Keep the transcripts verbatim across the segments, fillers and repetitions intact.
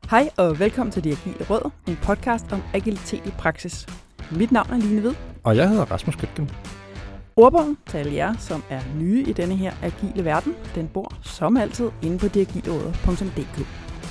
Hej og velkommen til De Agile Råd, en podcast om agilitet i praksis. Mit navn er Line Hvid. Og jeg hedder Rasmus Køtgen. Ordbogen til alle jer, som er nye i denne her agile verden, den bor som altid inde på diagilerådet punktum d k.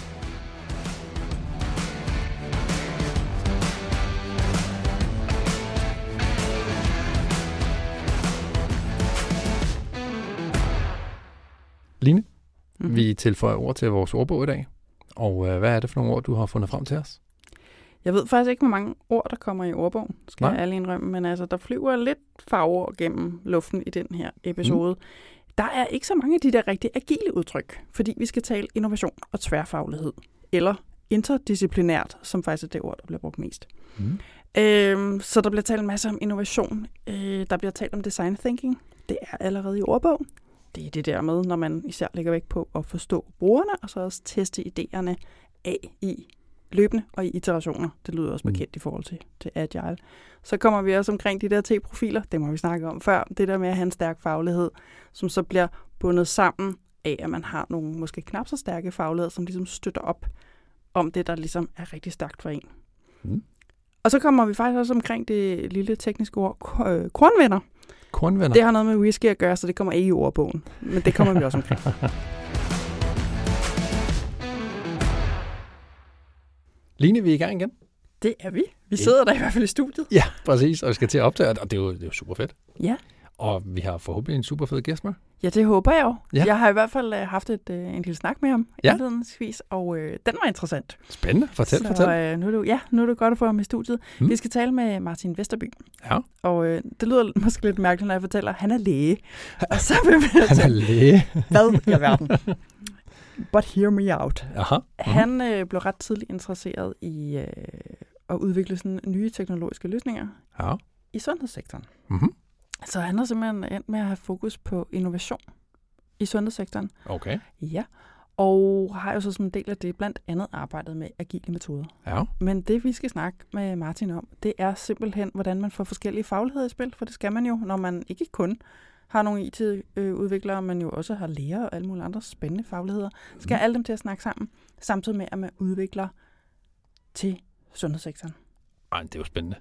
Line, mm-hmm. vi tilføjer ord til vores ordbog i dag. Og øh, hvad er det for nogle ord, du har fundet frem til os? Jeg ved faktisk ikke, hvor mange ord, der kommer i ordbogen, skal Nej. jeg ærlig indrømme. Men altså, der flyver lidt farver gennem luften i den her episode. Mm. Der er ikke så mange af de der rigtig agile udtryk, fordi vi skal tale innovation og tværfaglighed. Eller interdisciplinært, som faktisk er det ord, der bliver brugt mest. Mm. Øhm, så der bliver talt en masse om innovation. Øh, der bliver talt om design thinking. Det er allerede i ordbogen. Det er det der med, når man især lægger vægt på at forstå brugerne, og så også teste idéerne af i løbende og i iterationer. Det lyder også bekendt mm. i forhold til, til Agile. Så kommer vi også omkring de der T-profiler, det må vi snakke om før. Det der med at have en stærk faglighed, som så bliver bundet sammen af, at man har nogle måske knap så stærke fagligheder, som ligesom støtter op om det, der ligesom er rigtig stærkt for en. Mm. Og så kommer vi faktisk også omkring det lille tekniske ord, kornvenner. Kornvenner? Det har noget med whisky at gøre, så det kommer ikke i ordbogen. Men det kommer vi også omkring. Line, vi er i gang igen. Det er vi. Vi sidder der i hvert fald i studiet. Ja, præcis. Og vi skal til at optage, og det er jo, det er jo super fedt. Ja. Og vi har forhåbentlig en super fed gæst med. Ja, det håber jeg jo. Ja. Jeg har i hvert fald uh, haft et, uh, en lille snak med ham ja. indledningsvis, og uh, den var interessant. Spændende. Fortæl, så, fortæl. Uh, nu er det, ja, nu er det godt at få ham i studiet. Hmm. Vi skal tale med Martin Vesterby. Ja. Og uh, det lyder måske lidt mærkeligt, når jeg fortæller, at han er læge. Og så vil vi han er læge? Hvad i verden? But hear me out. Aha. Mm-hmm. Han øh, blev ret tidligt interesseret i øh, at udvikle sådan nye teknologiske løsninger ja. i sundhedssektoren. Mm-hmm. Så han har simpelthen endt med at have fokus på innovation i sundhedssektoren. Okay. Ja, og har jo så som en del af det blandt andet arbejdet med agile metoder. Ja. Men det, vi skal snakke med Martin om, det er simpelthen, hvordan man får forskellige fagligheder i spil, for det skal man jo, når man ikke kun har nogle I T-udviklere, men jo også har læger og alle mulige andre spændende fagligheder. Skal mm. alle dem til at snakke sammen, samtidig med, at man udvikler til sundhedssektoren. Ej, det er jo spændende.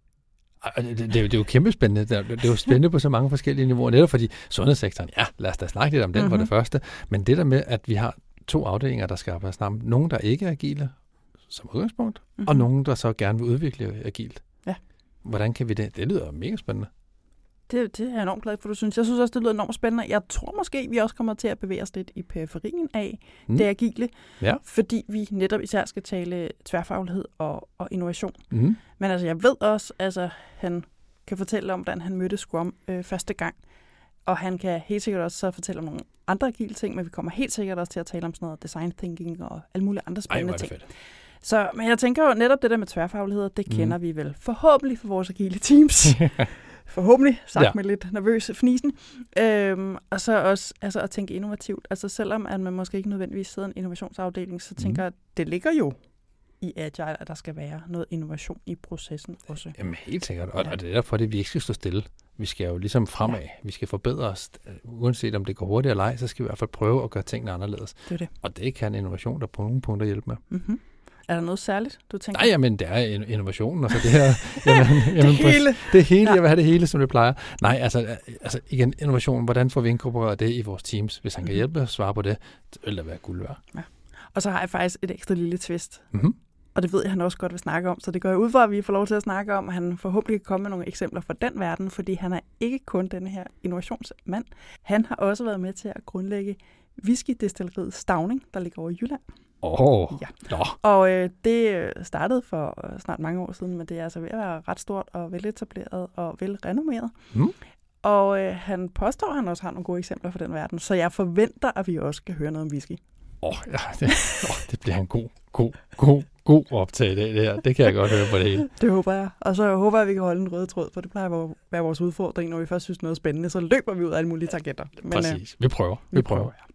Ej, det, det, det er jo kæmpe spændende. Det er, det er jo spændende på så mange forskellige niveauer. Netop fordi sundhedssektoren, ja, lad os da snakke lidt om den mm-hmm. for det første. Men det der med, at vi har to afdelinger, der skal arbejde sammen. Nogle, der ikke er agile, som udgangspunkt, mm-hmm. og nogle, der så gerne vil udvikle agilt. Ja. Hvordan kan vi det? Det lyder mega spændende. Det, det er jeg enormt glad for, du synes. Jeg synes også, det lyder enormt spændende. Jeg tror måske, vi også kommer til at bevæge os lidt i periferien af mm. det agile, ja. fordi vi netop især skal tale tværfaglighed og, og innovation. Mm. Men altså, jeg ved også, altså, han kan fortælle om, hvordan han mødte Scrum øh, første gang, og han kan helt sikkert også så fortælle om nogle andre agile ting, men vi kommer helt sikkert også til at tale om sådan noget design thinking og alle mulige andre spændende Ej, ting. Fedt. Så, men jeg tænker jo netop det der med tværfaglighed, det kender mm. vi vel forhåbentlig for vores agile teams. Forhåbentlig, sagt ja. med lidt nervøs fnisen. Øhm, og så også altså, at tænke innovativt. Altså selvom at man måske ikke nødvendigvis sidder i en innovationsafdeling, så tænker jeg, mm. at det ligger jo i Agile, at der skal være noget innovation i processen også. Jamen helt sikkert, og, ja. og det er derfor, at vi ikke skal stå stille. Vi skal jo ligesom fremad. Ja. Vi skal forbedre os. Uanset om det går hurtigt eller ej, så skal vi i hvert fald prøve at gøre tingene anderledes. Det er det. Og det kan en innovation, der på nogle punkter hjælpe med. Mm-hmm. Er der noget særligt, du tænker? Nej, jamen, det er innovationen. Altså det her, jamen, jamen, det hele. Det hele, ja. Jeg vil have det hele, som det plejer. Nej, altså, altså igen, innovation, hvordan får vi inkorporeret det i vores teams? Hvis han kan hjælpe at svare på det, det vil da være guld værd. Ja. Og så har jeg faktisk et ekstra lille twist. Mm-hmm. Og det ved jeg, han også godt vil snakke om. Så det går jeg ud for, at vi får lov til at snakke om, at han forhåbentlig kan komme med nogle eksempler fra den verden, fordi han er ikke kun den her innovationsmand. Han har også været med til at grundlægge whiskydestilleriet Stauning, der ligger over i Jylland. Åh, oh, ja. Nå. Og øh, det startede for øh, snart mange år siden, men det er altså ved at være ret stort og veletableret og velrenommeret. Mm. Og øh, han påstår, at han også har nogle gode eksempler fra den verden, så jeg forventer, at vi også skal høre noget om whisky. Åh, oh, ja, det, oh, det bliver en god, god, god, god optag, det, det her. Det kan jeg godt høre på det hele. Det håber jeg. Og så håber jeg, at vi kan holde en rød tråd, for det plejer at være vores udfordring, når vi først synes noget spændende, så løber vi ud af alle mulige tangenter. Men, præcis. Vi prøver. Vi, vi prøver. prøver ja.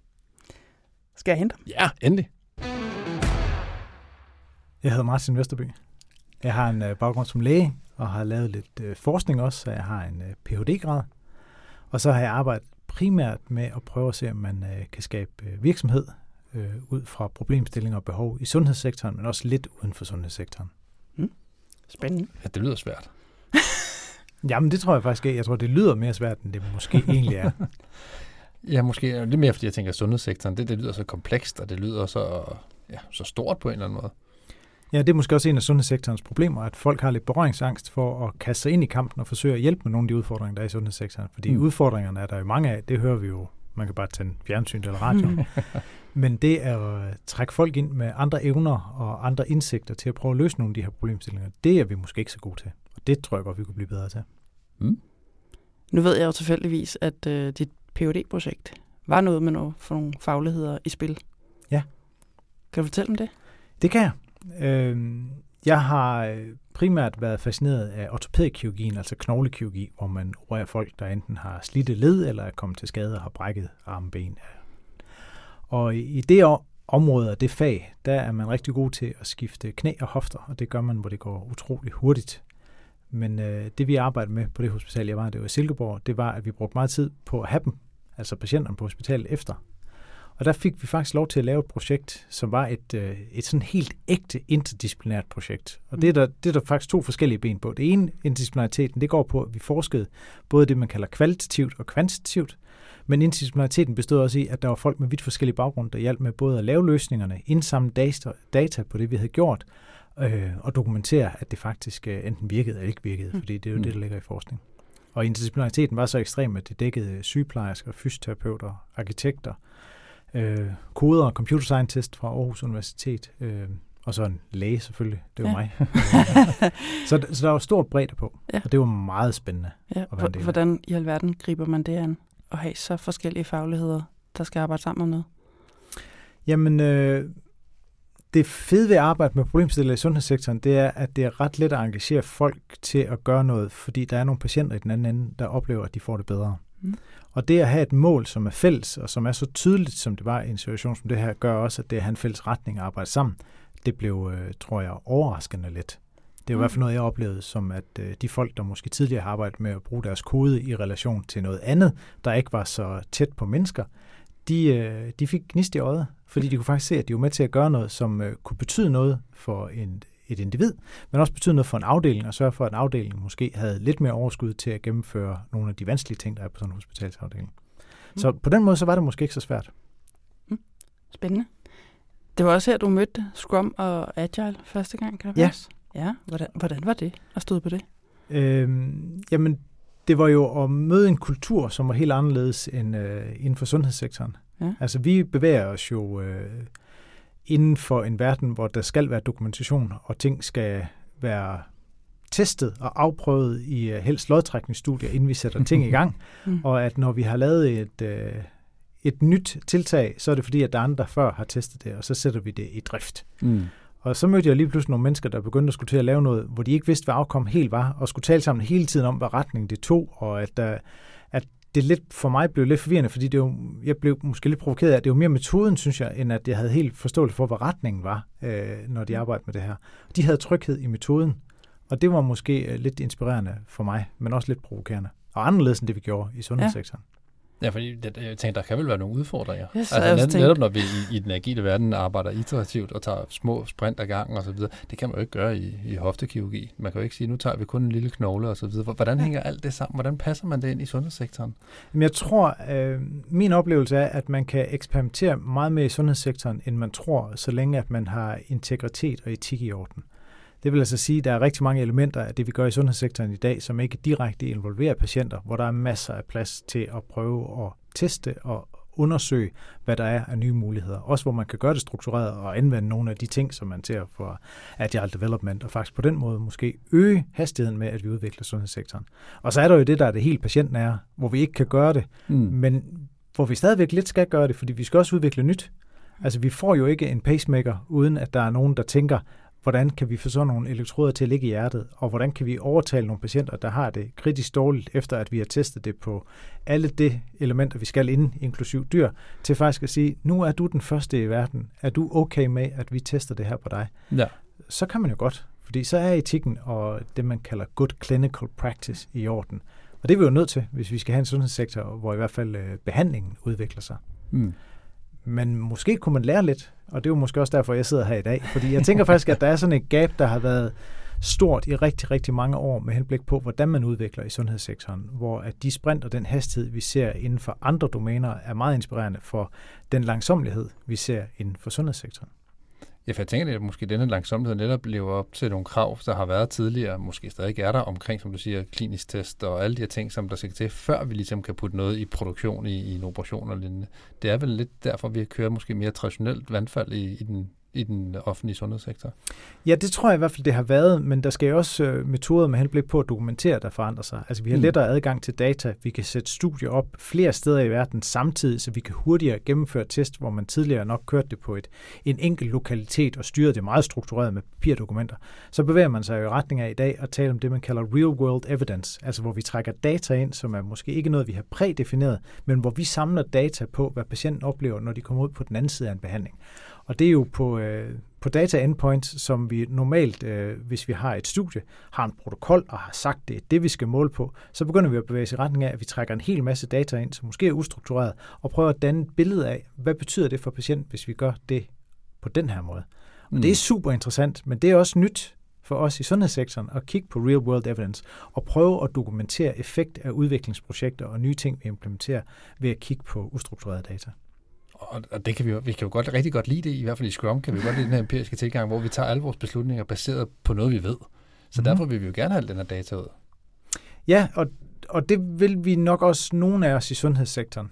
Skal jeg hente? Ja, endelig. Jeg hedder Martin Vesterby. Jeg har en øh, baggrund som læge, og har lavet lidt øh, forskning også, så jeg har en øh, P H D-grad. Og så har jeg arbejdet primært med at prøve at se, om man øh, kan skabe øh, virksomhed øh, ud fra problemstillinger og behov i sundhedssektoren, men også lidt uden for sundhedssektoren. Mm. Spændende. Ja, det lyder svært. Jamen, det tror jeg faktisk ikke. Jeg tror, det lyder mere svært, end det måske egentlig er. Ja, måske lidt mere, fordi jeg tænker, at sundhedssektoren, det, det lyder så komplekst, og det lyder så, ja, så stort på en eller anden måde. Ja, det er måske også en af sundhedssektorens problemer, at folk har lidt berøringsangst for at kaste sig ind i kampen og forsøge at hjælpe med nogle af de udfordringer, der er i sundhedssektoren. Fordi mm. udfordringerne er der jo mange af, det hører vi jo, man kan bare tænde fjernsyn eller radio. Men det er at trække folk ind med andre evner og andre indsigter til at prøve at løse nogle af de her problemstillinger, det er vi måske ikke så gode til. Og det tror jeg godt, vi kunne blive bedre til. Mm. Nu ved jeg jo tilfældigvis, at øh, dit P H D-projekt var noget med noget for nogle fagligheder i spil. Ja. Kan du fortælle om det? Det kan jeg. Øh, jeg har primært været fascineret af ortopædkirurgien, altså knoglekirurgi, hvor man opererer folk, der enten har slidte led eller er kommet til skade og har brækket arme og ben. Og i det område og det fag, der er man rigtig god til at skifte knæ og hofter, og det gør man, hvor det går utrolig hurtigt. Men øh, det vi arbejdede med på det hospital, jeg var, det var i Silkeborg, det var, at vi brugte meget tid på at have dem, altså patienterne på hospitalet efter. Og der fik vi faktisk lov til at lave et projekt, som var et, øh, et sådan helt ægte interdisciplinært projekt. Og det er, der, det er der faktisk to forskellige ben på. Det ene, interdisciplinariteten, det går på, at vi forskede både det, man kalder kvalitativt og kvantitativt. Men interdisciplinariteten bestod også i, at der var folk med vidt forskellige baggrunde, der hjalp med både at lave løsningerne, indsamle data, data på det, vi havde gjort, øh, og dokumentere, at det faktisk øh, enten virkede eller ikke virkede, mm. fordi det er jo mm. det, der ligger i forskning. Og interdisciplinariteten var så ekstrem, at det dækkede sygeplejersker, fysioterapeuter, arkitekter, øh, koder og computer scientist fra Aarhus Universitet, øh, og så en læge selvfølgelig, det var ja. mig. så, så der var stor bredde på, ja. Og det var meget spændende. Ja. Hvordan i alverden griber man det an? At have så forskellige fagligheder, der skal arbejde sammen om noget? Jamen, øh, det fede ved at arbejde med problemstillinger i sundhedssektoren, det er, at det er ret let at engagere folk til at gøre noget, fordi der er nogle patienter i den anden ende, der oplever, at de får det bedre. Mm. Og det at have et mål, som er fælles, og som er så tydeligt, som det var i en situation som det her, gør også, at det at have en fælles retning og arbejde sammen, det blev, øh, tror jeg, overraskende let. Det er i hvert fald noget, jeg oplevede, som at øh, de folk, der måske tidligere har arbejdet med at bruge deres kode i relation til noget andet, der ikke var så tæt på mennesker, de, øh, de fik gnist i øjet, fordi de kunne faktisk se, at de var med til at gøre noget, som øh, kunne betyde noget for en, et individ, men også betyde noget for en afdeling, og sørge for, at en afdeling måske havde lidt mere overskud til at gennemføre nogle af de vanskelige ting, der er på sådan en hospitalsafdeling. Mm. Så på den måde, så var det måske ikke så svært. Mm. Spændende. Det var også her, du mødte Scrum og Agile første gang, kan det ja. passe? Ja, hvordan, hvordan var det at stå på det? Øhm, jamen, det var jo at møde en kultur, som var helt anderledes end øh, inden for sundhedssektoren. Ja. Altså, vi bevæger os jo øh, inden for en verden, hvor der skal være dokumentation, og ting skal være testet og afprøvet i øh, helst lodtrækningsstudier, inden vi sætter ting i gang. Mm. Og at når vi har lavet et, øh, et nyt tiltag, så er det fordi, at der er andre, der før har testet det, og så sætter vi det i drift. Mm. Og så mødte jeg lige pludselig nogle mennesker, der begyndte at skulle til at lave noget, hvor de ikke vidste, hvad afkom helt var, og skulle tale sammen hele tiden om, hvad retning det tog, og at, uh, at det lidt for mig blev lidt forvirrende, fordi det jo, jeg blev måske lidt provokeret af, at det var mere metoden, synes jeg, end at jeg havde helt forståelse for, hvad retningen var, øh, når de arbejdede med det her. De havde tryghed i metoden, og det var måske uh, lidt inspirerende for mig, men også lidt provokerende. Og anderledes end det, vi gjorde i sundhedssektoren. Ja. Ja, fordi det, jeg tænker, der kan vel være nogle udfordringer. Yes, altså net, netop når vi i, i den agile verden arbejder iterativt og tager små sprint ad gangen og så videre, det kan man jo ikke gøre i, i hoftekirurgi. Man kan jo ikke sige, nu tager vi kun en lille knogle og så videre. Hvordan hænger alt det sammen? Hvordan passer man det ind i sundhedssektoren? Jamen, jeg tror, øh, min oplevelse er, at man kan eksperimentere meget mere i sundhedssektoren, end man tror, så længe at man har integritet og etik i orden. Det vil altså sige, at der er rigtig mange elementer af det, vi gør i sundhedssektoren i dag, som ikke direkte involverer patienter, hvor der er masser af plads til at prøve at teste og undersøge, hvad der er af nye muligheder. Også hvor man kan gøre det struktureret og anvende nogle af de ting, som man ser for agile development, og faktisk på den måde måske øge hastigheden med, at vi udvikler sundhedssektoren. Og så er der jo det, der er det helt patientnære, hvor vi ikke kan gøre det, mm. men hvor vi stadigvæk lidt skal gøre det, fordi vi skal også udvikle nyt. Altså vi får jo ikke en pacemaker, uden at der er nogen, der tænker, hvordan kan vi få sådan nogle elektroder til at ligge i hjertet, og hvordan kan vi overtale nogle patienter, der har det kritisk dårligt, efter at vi har testet det på alle de elementer, vi skal inden, inklusiv dyr, til faktisk at sige, nu er du den første i verden, er du okay med, at vi tester det her på dig? Ja. Så kan man jo godt, fordi så er etikken og det, man kalder good clinical practice i orden. Og det er vi jo nødt til, hvis vi skal have en sundhedssektor, hvor i hvert fald øh, behandlingen udvikler sig. Mm. men måske kunne man lære lidt, og det er jo måske også derfor, jeg sidder her i dag. Fordi jeg tænker faktisk, at der er sådan et gap, der har været stort i rigtig, rigtig mange år med henblik på, hvordan man udvikler i sundhedssektoren, hvor at de sprint og den hastighed, vi ser inden for andre domæner, er meget inspirerende for den langsommelighed, vi ser inden for sundhedssektoren. Ja, for jeg tænker, at måske denne langsommelighed netop lever op til nogle krav, der har været tidligere, måske stadig er der omkring, som du siger, klinisk test og alle de her ting, som der skal til, før vi ligesom kan putte noget i produktion i, i en operation og lignende. Det er vel lidt derfor, vi kører måske mere traditionelt vandfald i, i den i den offentlige sundhedssektor? Ja, det tror jeg i hvert fald, det har været, men der skal jo også øh, metoder med henblik på at dokumentere, der forandrer sig. Altså, vi har mm. lettere adgang til data. Vi kan sætte studier op flere steder i verden samtidig, så vi kan hurtigere gennemføre test, hvor man tidligere nok kørte det på et, en enkelt lokalitet og styrede det meget struktureret med papirdokumenter. Så bevæger man sig jo i retning af i dag at tale om det, man kalder real-world evidence, altså hvor vi trækker data ind, som er måske ikke noget, vi har prædefineret, men hvor vi samler data på, hvad patienten oplever, når de kommer ud på den anden side af en behandling. Og det er jo på, øh, på data endpoints, som vi normalt, øh, hvis vi har et studie, har en protokol og har sagt, det er det, vi skal måle på, så begynder vi at bevæge os i retning af, at vi trækker en hel masse data ind, som måske er ustruktureret, og prøver at danne et billede af, hvad betyder det for patienten, hvis vi gør det på den her måde. Og mm. det er super interessant, men det er også nyt for os i sundhedssektoren at kigge på real world evidence og prøve at dokumentere effekt af udviklingsprojekter og nye ting, vi implementerer ved at kigge på ustrukturerede data. Og det kan vi jo, vi kan jo godt, rigtig godt lide det, i hvert fald i Scrum kan vi godt lide den her empiriske tilgang, hvor vi tager alle vores beslutninger baseret på noget, vi ved. Så mm. derfor vil vi jo gerne have den her data ud. Ja, og, og det vil vi nok også nogle af os i sundhedssektoren.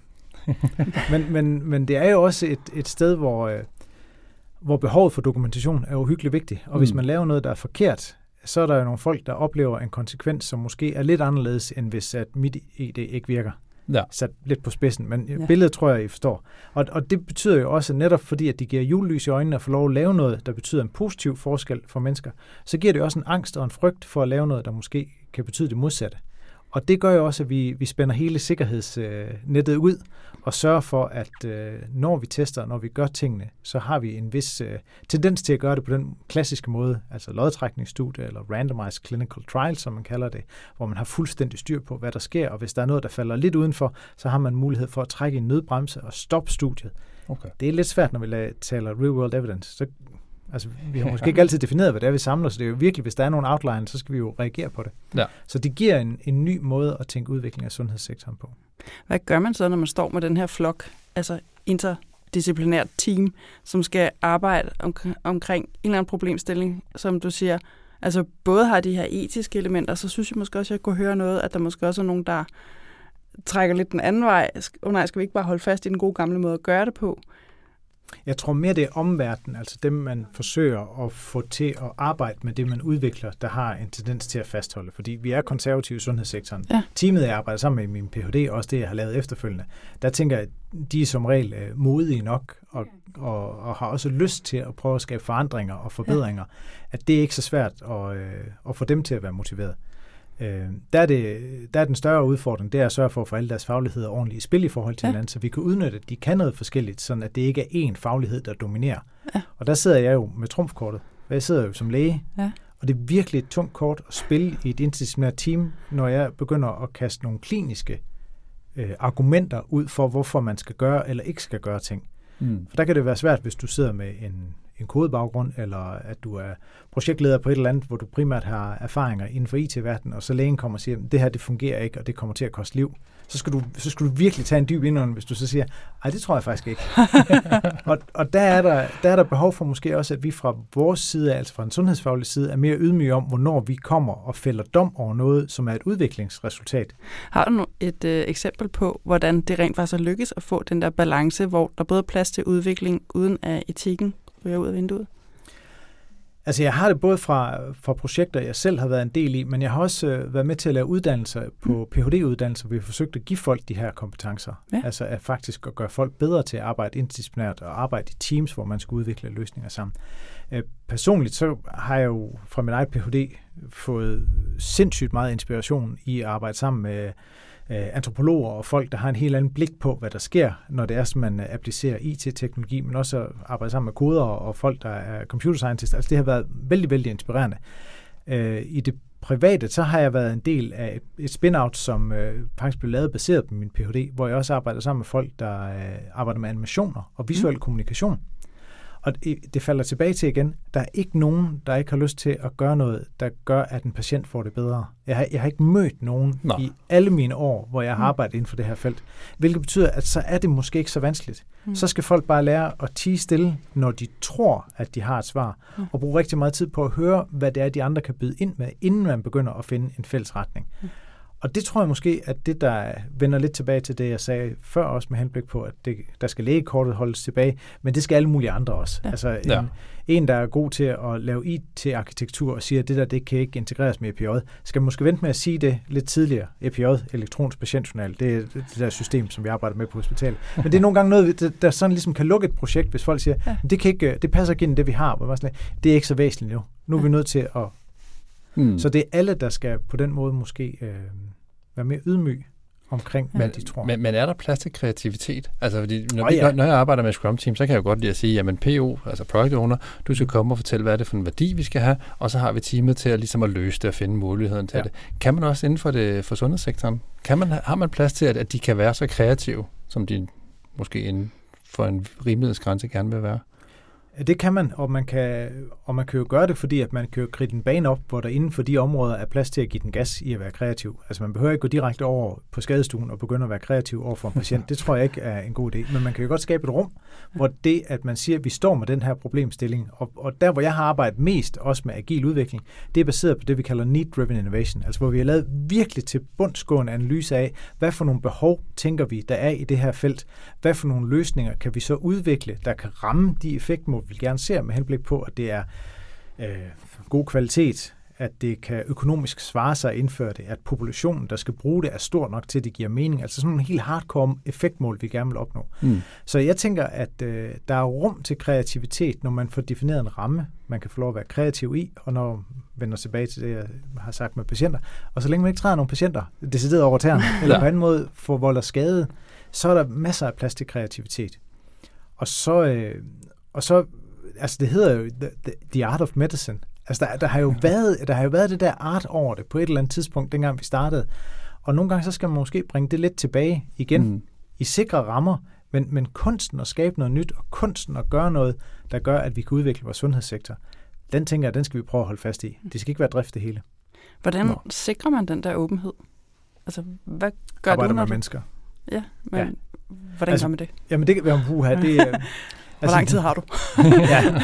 men, men, men det er jo også et, et sted, hvor, øh, hvor behovet for dokumentation er uhyggeligt vigtigt. Og mm. hvis man laver noget, der er forkert, så er der jo nogle folk, der oplever en konsekvens, som måske er lidt anderledes, end hvis at mit I D ikke virker. Ja. Sat lidt på spidsen, men ja. Billedet tror jeg, I forstår. Og, og det betyder jo også, netop fordi, at de giver julelys i øjnene og får lov at lave noget, der betyder en positiv forskel for mennesker, så giver det jo også en angst og en frygt for at lave noget, der måske kan betyde det modsatte. Og det gør jo også, at vi, vi spænder hele sikkerhedsnettet ud og sørger for, at øh, når vi tester, når vi gør tingene, så har vi en vis øh, tendens til at gøre det på den klassiske måde, altså lodtrækningsstudie eller randomized clinical trial, som man kalder det, hvor man har fuldstændig styr på, hvad der sker, og hvis der er noget, der falder lidt udenfor, så har man mulighed for at trække i en nødbremse og stoppe studiet. Okay. Det er lidt svært, når vi taler real world evidence. Så Altså, vi har måske ikke altid defineret, hvad det er, vi samler, så det er jo virkelig, hvis der er nogle outlines, så skal vi jo reagere på det. Ja. Så det giver en, en ny måde at tænke udvikling af sundhedssektoren på. Hvad gør man så, når man står med den her flok, altså interdisciplinært team, som skal arbejde om, omkring en eller anden problemstilling, som du siger, altså både har de her etiske elementer, så synes jeg måske også, at jeg kunne høre noget, at der måske også er nogen, der trækker lidt den anden vej. Oh, nej, skal vi ikke bare holde fast i den gode gamle måde at gøre det på? Jeg tror mere, det er omverdenen, altså dem, man forsøger at få til at arbejde med det, man udvikler, der har en tendens til at fastholde. Fordi vi er konservative i sundhedssektoren. Ja. Teamet, jeg arbejder sammen med i min P H D, også det, jeg har lavet efterfølgende, der tænker jeg, at de er som regel modige nok og, og, og har også lyst til at prøve at skabe forandringer og forbedringer. Ja. At det er ikke så svært at, at få dem til at være motiveret. Øh, der, er det, der er den større udfordring, det er at sørge for at få alle deres fagligheder ordentligt i spil i forhold til ja. hinanden, så vi kan udnytte, at de kan noget forskelligt, sådan at det ikke er én faglighed, der dominerer. Ja. Og der sidder jeg jo med trumfkortet, for jeg sidder jo som læge, ja. og det er virkelig et tungt kort at spille i et interdisciplinært team, når jeg begynder at kaste nogle kliniske øh, argumenter ud for, hvorfor man skal gøre eller ikke skal gøre ting. Mm. For der kan det være svært, hvis du sidder med en en kodebaggrund, eller at du er projektleder på et eller andet, hvor du primært har erfaringer inden for I T-verdenen, og så lægen kommer og siger, at det her det fungerer ikke, og det kommer til at koste liv. Så skal du, så skal du virkelig tage en dyb indånding, hvis du så siger, ej, det tror jeg faktisk ikke. og og der, er der, der er der behov for måske også, at vi fra vores side, altså fra en sundhedsfaglig side, er mere ydmyge om, hvornår vi kommer og fælder dom over noget, som er et udviklingsresultat. Har du et øh, eksempel på, hvordan det rent faktisk er lykkes at få den der balance, hvor der både er plads til udvikling, uden at etikken ryger ud af vinduet? Altså jeg har det både fra, fra projekter, jeg selv har været en del i, men jeg har også øh, været med til at lave uddannelser på P H D-uddannelser, hvor vi har forsøgt at give folk de her kompetencer. Ja. Altså at faktisk at gøre folk bedre til at arbejde interdisciplinært og arbejde i teams, hvor man skal udvikle løsninger sammen. Øh, personligt så har jeg jo fra min eget P H D fået sindssygt meget inspiration i at arbejde sammen med antropologer og folk, der har en helt anden blik på, hvad der sker, når det er, som man applicerer I T-teknologi, men også arbejde sammen med kodere og folk, der er computer scientists. Altså det har været vældig, vældig inspirerende. I det private, så har jeg været en del af et, et spin-out, som øh, faktisk blev lavet baseret på min P H D, hvor jeg også arbejder sammen med folk, der øh, arbejder med animationer og visuel mm. kommunikation. Og det, det falder tilbage til igen, der er ikke nogen, der ikke har lyst til at gøre noget, der gør, at en patient får det bedre. Jeg har, jeg har ikke mødt nogen Nå. i alle mine år, hvor jeg har arbejdet inden for det her felt, hvilket betyder, at så er det måske ikke så vanskeligt. Mm. Så skal folk bare lære at tie stille, når de tror, at de har et svar, mm. og bruge rigtig meget tid på at høre, hvad det er, de andre kan byde ind med, inden man begynder at finde en fælles retning. Mm. Og det tror jeg måske, at det, der vender lidt tilbage til det, jeg sagde før også med henblik på, at det, der skal lægekortet holdes tilbage, men det skal alle mulige andre også. Ja. Altså en, ja. en, der er god til at lave I T-arkitektur og siger, at det der, det kan ikke integreres med E P J, skal måske vente med at sige det lidt tidligere. E P J, elektronisk patientjournal, det er det der system, som vi arbejder med på hospitalet. Men det er nogle gange noget, der sådan ligesom kan lukke et projekt, hvis folk siger, ja. det, kan ikke, det passer ikke ind i det, vi har. Det er ikke så væsentligt nu. Nu er vi nødt til at... Hmm. Så det er alle, der skal på den måde måske... Øh, være mere ydmyg omkring, hvad men, de tror. Men, men er der plads til kreativitet? Altså, fordi når, oh, vi, ja. når jeg arbejder med Scrum Team, så kan jeg jo godt lide at sige, jamen P O, altså Product Owner, du skal komme og fortælle, hvad er det for en værdi, vi skal have, og så har vi teamet til at, ligesom at løse det og finde muligheden til ja. det. Kan man også inden for, det, for sundhedssektoren, kan man, har man plads til, at, at de kan være så kreative, som de måske inden for en rimelighedsgrænse gerne vil være? Det kan man, og man kan, og man kan jo gøre det, fordi at man kan jo kridte en bane op, hvor der inden for de områder er plads til at give den gas i at være kreativ. Altså man behøver ikke gå direkte over på skadestuen og begynde at være kreativ over for en patient. Det tror jeg ikke er en god idé. Men man kan jo godt skabe et rum, hvor det, at man siger, at vi står med den her problemstilling, og, og der, hvor jeg har arbejdet mest, også med agil udvikling, det er baseret på det, vi kalder need-driven innovation. Altså hvor vi har lavet virkelig til bundsgående analyse af, hvad for nogle behov tænker vi, der er i det her felt. Hvad for nogle løsninger kan vi så udvikle, der kan ramme de effektmål, vi gerne ser med henblik på, at det er øh, god kvalitet, at det kan økonomisk svare sig at indføre det, at populationen, der skal bruge det, er stor nok til, at det giver mening. Altså sådan nogle helt hardcore effektmål, vi gerne vil opnå. Mm. Så jeg tænker, at øh, der er rum til kreativitet, når man får defineret en ramme, man kan få lov at være kreativ i, og når man vender tilbage til det, jeg har sagt med patienter. Og så længe man ikke træder nogle patienter decideret over tæerne, eller på anden måde forvolder skade, så er der masser af plads til kreativitet. Og så... Øh, og så altså det hedder jo the, the, the Art of Medicine. Altså der, der, har jo været, der har jo været det der art over det på et eller andet tidspunkt, dengang vi startede. Og nogle gange så skal man måske bringe det lidt tilbage igen mm. i sikre rammer, men, men kunsten at skabe noget nyt, og kunsten at gøre noget, der gør, at vi kan udvikle vores sundhedssektor, den tænker jeg, den skal vi prøve at holde fast i. Det skal ikke være drift det hele. Hvordan Nå. sikrer man den der åbenhed? Altså, hvad gør Arbejder du, når med du... mennesker. Ja, men ja. hvordan altså, gør man det? Jamen det kan være puha, det Hvor lang tid har du? ja.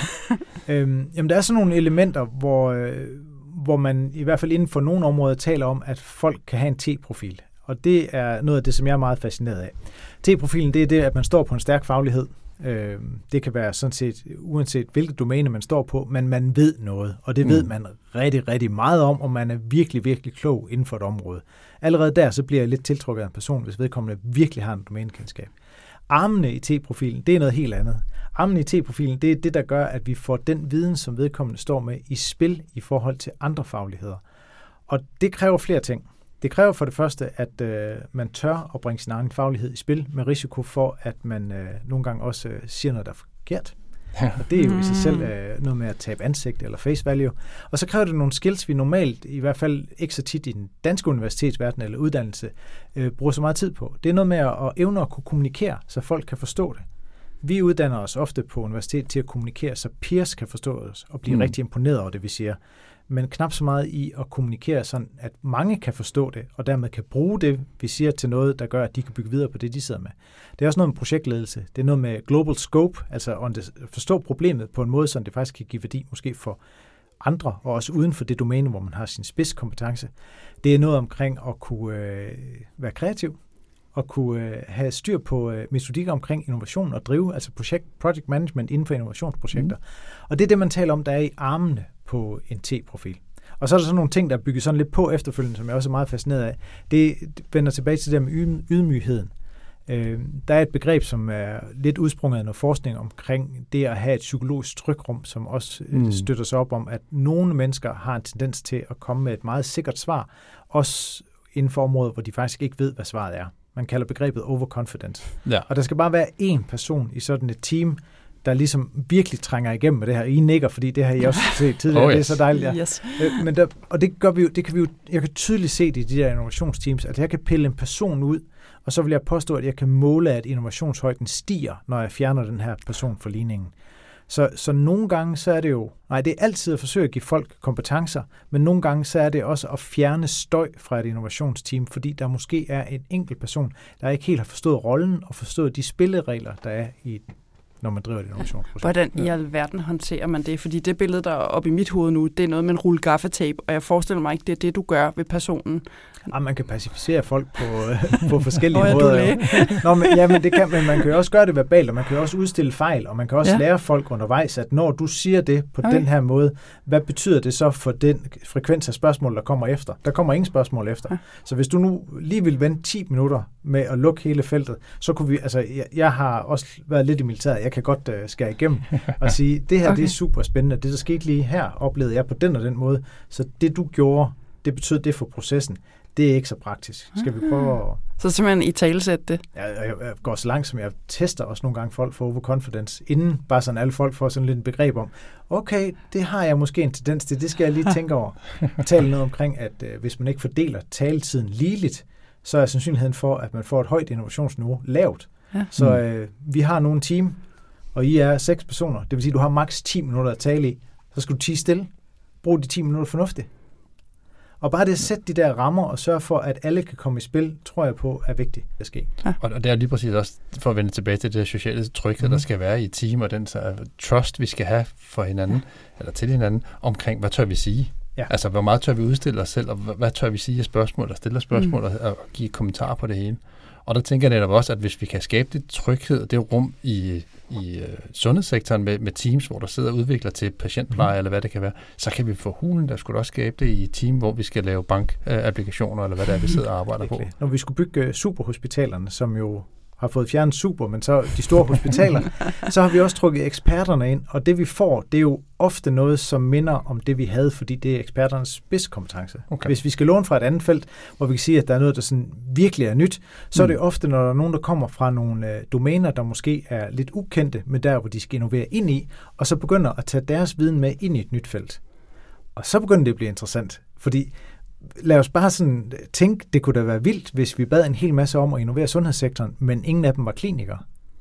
øhm, jamen, der er sådan nogle elementer, hvor, øh, hvor man i hvert fald inden for nogle områder taler om, at folk kan have en T-profil. Og det er noget af det, som jeg er meget fascineret af. T-profilen, det er det, at man står på en stærk faglighed. Øh, det kan være sådan set, uanset hvilket domæne man står på, men man ved noget. Og det mm. ved man rigtig, rigtig meget om, og man er virkelig, virkelig klog inden for et område. Allerede der, så bliver jeg lidt tiltrukket af en person, hvis vedkommende virkelig har en domænekendskab. Armene i T-profilen, det er noget helt andet. Armene i T-profilen, det er det, der gør, at vi får den viden, som vedkommende står med, i spil i forhold til andre fagligheder. Og det kræver flere ting. Det kræver for det første, at øh, man tør at bringe sin egen faglighed i spil, med risiko for, at man øh, nogle gange også øh, siger noget, der er forkert. Og det er jo i sig selv øh, noget med at tabe ansigt eller face value. Og så kræver det nogle skills, vi normalt, i hvert fald ikke så tit i den danske universitetsverden eller uddannelse, øh, bruger så meget tid på. Det er noget med at, at evne at kunne kommunikere, så folk kan forstå det. Vi uddanner os ofte på universitet til at kommunikere, så peers kan forstå os og blive mm. rigtig imponeret over det, vi siger. Men knap så meget i at kommunikere sådan, at mange kan forstå det, og dermed kan bruge det, vi siger, til noget, der gør, at de kan bygge videre på det, de sidder med. Det er også noget med projektledelse. Det er noget med global scope, altså at forstå problemet på en måde, så det faktisk kan give værdi måske for andre, og også uden for det domæne, hvor man har sin spidskompetence. Det er noget omkring at kunne øh, være kreativ, og kunne øh, have styr på øh, metodikker omkring innovation og drive, altså project, project management inden for innovationsprojekter. Mm. Og det er det, man taler om, der er i armene på en T-profil. Og så er der sådan nogle ting, der er bygget sådan lidt på efterfølgende, som jeg også er meget fascineret af. Det vender tilbage til det med ydmygheden. Øh, der er et begreb, som er lidt udsprunget af noget forskning omkring det at have et psykologisk trykrum, som også mm. støtter sig op om, at nogle mennesker har en tendens til at komme med et meget sikkert svar, også inden for områder, hvor de faktisk ikke ved, hvad svaret er. Man kalder begrebet overconfidence. Ja. Og der skal bare være én person i sådan et team, der ligesom virkelig trænger igennem med det her. I nikker, fordi det har I også set tidligere. Oh, yes. Det er så dejligt. Ja. Yes. Øh, men der, og det gør vi jo, det kan vi jo, jeg kan tydeligt se det i de der innovationsteams, at jeg kan pille en person ud, og så vil jeg påstå, at jeg kan måle, at innovationshøjden stiger, når jeg fjerner den her person fra ligningen. Så, så nogle gange så er det jo, nej, det er altid at forsøge at give folk kompetencer, men nogle gange så er det også at fjerne støj fra et innovationsteam, fordi der måske er en enkelt person, der ikke helt har forstået rollen og forstået de spilleregler, der er i når man driver et innovationsprojekt. Hvordan i alverden håndterer man det? Fordi det billede, der er oppe i mit hoved nu, det er noget med en rulle gaffatape, og jeg forestiller mig ikke, det er det, du gør ved personen. Ja, man kan pacificere folk på, på forskellige oh, måder. Nå, men, ja, men det kan, men man kan jo også gøre det verbalt, og man kan jo også udstille fejl, og man kan også ja. lære folk undervejs, at når du siger det på okay. den her måde, hvad betyder det så for den frekvens af spørgsmål, der kommer efter? Der kommer ingen spørgsmål efter. Ja. Så hvis du nu lige vil vente ti minutter med at lukke hele feltet, så kunne vi, altså jeg, jeg har også været lidt i militæret, jeg kan godt uh, skære igennem og sige, det her okay. det er super spændende, det der skete lige her, oplevede jeg på den og den måde, så det du gjorde, det betød det for processen. Det er ikke så praktisk. Skal vi prøve at... Så simpelthen i talesætte det? Jeg, jeg, jeg går så langt, som jeg tester også nogle gange folk for overconfidence, inden bare sådan alle folk får sådan lidt en begreb om, okay, det har jeg måske en tendens til, det skal jeg lige tænke over. Tale noget omkring, at øh, hvis man ikke fordeler taletiden ligeligt, så er sandsynligheden for, at man får et højt innovationsniveau lavt. Ja. Så øh, vi har nogle team, og I er seks personer. Det vil sige, at du har maks ti minutter at tale i. Så skal du tie stille. Brug de ti minutter fornuftigt. Og bare det at sætte de der rammer og sørge for, at alle kan komme i spil, tror jeg på er vigtigt at ske. Ja. Og det er lige præcis også, for at vende tilbage til det sociale tryghed, mm-hmm. der skal være i et team, og den så, trust, vi skal have for hinanden, ja. eller til hinanden, omkring, hvad tør vi sige? Ja. Altså, hvor meget tør vi udstille os selv, og hvad, hvad tør vi sige af spørgsmål, og stille spørgsmål, mm. og, og give kommentarer på det hele. Og der tænker jeg netop også, at hvis vi kan skabe det tryghed og det rum i, i uh, sundhedssektoren med, med teams, hvor der sidder og udvikler til patientpleje, mm. eller hvad det kan være, så kan vi få hulen, der skulle også skabe det i et team, hvor vi skal lave bankapplikationer, eller hvad det er, vi sidder og arbejder på. Når vi skulle bygge superhospitalerne, som jo har fået fjernet super, men så de store hospitaler, så har vi også trukket eksperterne ind, og det vi får, det er jo ofte noget, som minder om det, vi havde, fordi det er eksperternes spidskompetence. Okay. Hvis vi skal låne fra et andet felt, hvor vi kan sige, at der er noget, der sådan virkelig er nyt, så mm. er det ofte, når der er nogen, der kommer fra nogle øh, domæner, der måske er lidt ukendte, men der, hvor de skal innovere ind i, og så begynder at tage deres viden med ind i et nyt felt. Og så begynder det at blive interessant, fordi lad os bare sådan tænke, det kunne da være vildt, hvis vi bad en hel masse om at innovere sundhedssektoren, men ingen af dem var klinikere.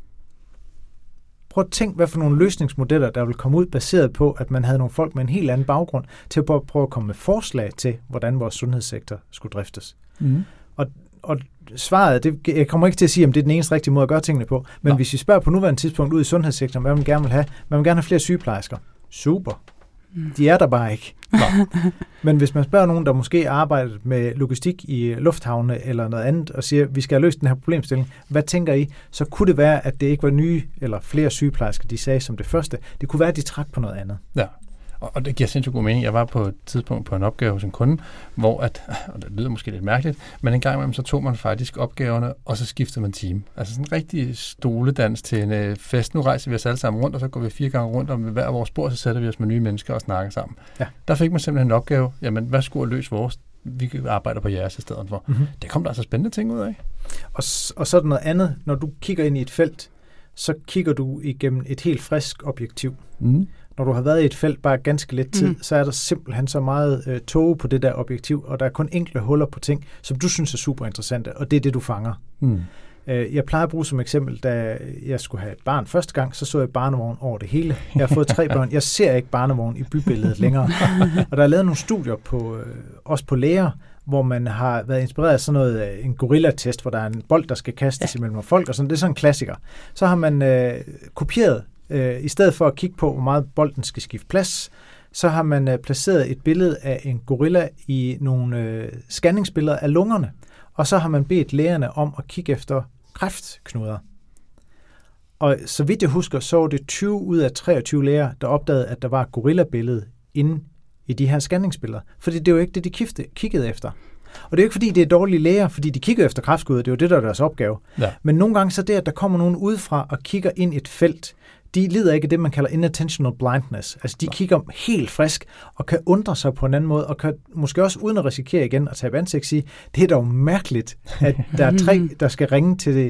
Prøv at tænke, hvad for nogle løsningsmodeller, der vil komme ud baseret på, at man havde nogle folk med en helt anden baggrund til at prøve at komme med forslag til, hvordan vores sundhedssektor skulle driftes. Mm. Og, og svaret, det, jeg kommer ikke til at sige, om det er den eneste rigtige måde at gøre tingene på, men Nå. hvis vi spørger på nuværende tidspunkt ud i sundhedssektoren, hvad man gerne vil have, man vil gerne have flere sygeplejersker. Super. De er der bare ikke. Men hvis man spørger nogen, der måske arbejder med logistik i lufthavne eller noget andet, og siger, at vi skal have løst den her problemstilling, hvad tænker I? Så kunne det være, at det ikke var nye eller flere sygeplejersker, de sagde som det første. Det kunne være, at de trak på noget andet. Ja, og det giver sindssygt god mening. Jeg var på et tidspunkt på en opgave hos en kunde, hvor at, og det lyder måske lidt mærkeligt, men en gang imellem så tog man faktisk opgaverne, og så skiftede man team. Altså sådan en rigtig stoledans til en øh, fest. Nu rejser vi os alle sammen rundt, og så går vi fire gange rundt om hver vores bord, så sætter vi os med nye mennesker og snakker sammen. Ja. Der fik man simpelthen en opgave, jamen hvad skulle løse vores? Vi arbejder på jeres i stedet for. Mm-hmm. Det kom der altså spændende ting ud af. Og, og så er der noget andet, når du kigger ind i et felt, så kigger du igennem et helt frisk objektiv. Mm. Når du har været i et felt bare ganske lidt tid, mm. så er der simpelthen så meget øh, tåge på det der objektiv, og der er kun enkelte huller på ting, som du synes er super interessante, og det er det, du fanger. Mm. Øh, jeg plejer at bruge som eksempel, da jeg skulle have et barn første gang, så så jeg barnevogn over det hele. Jeg har fået tre børn. Jeg ser ikke barnevogn i bybilledet længere. Og der er lavet nogle studier, på, øh, også på læger, hvor man har været inspireret af sådan noget, en gorilla-test, hvor der er en bold, der skal kastes ja. imellem folk, og sådan. Det er sådan en klassiker. Så har man øh, kopieret, øh, i stedet for at kigge på, hvor meget bolden skal skifte plads, så har man øh, placeret et billede af en gorilla i nogle øh, scanningsbilleder af lungerne, og så har man bedt lægerne om at kigge efter kræftknuder. Og så vidt jeg husker, så var det tyve ud af treogtyve læger, der opdagede, at der var et gorilla-billede inde i de her scanningsbilleder. Fordi det er jo ikke det, de kiggede efter. Og det er jo ikke, fordi det er dårlige læger, fordi de kigger efter kræftskud, det er jo det, der er deres opgave. Ja. Men nogle gange så det, at der kommer nogen udefra og kigger ind i et felt, de lider ikke af det, man kalder inattentional blindness. Altså de ja. kigger helt frisk og kan undre sig på en anden måde, og kan måske også uden at risikere igen at tabe ansigt sige, det er dog mærkeligt, at der er tre, der skal ringe til, det,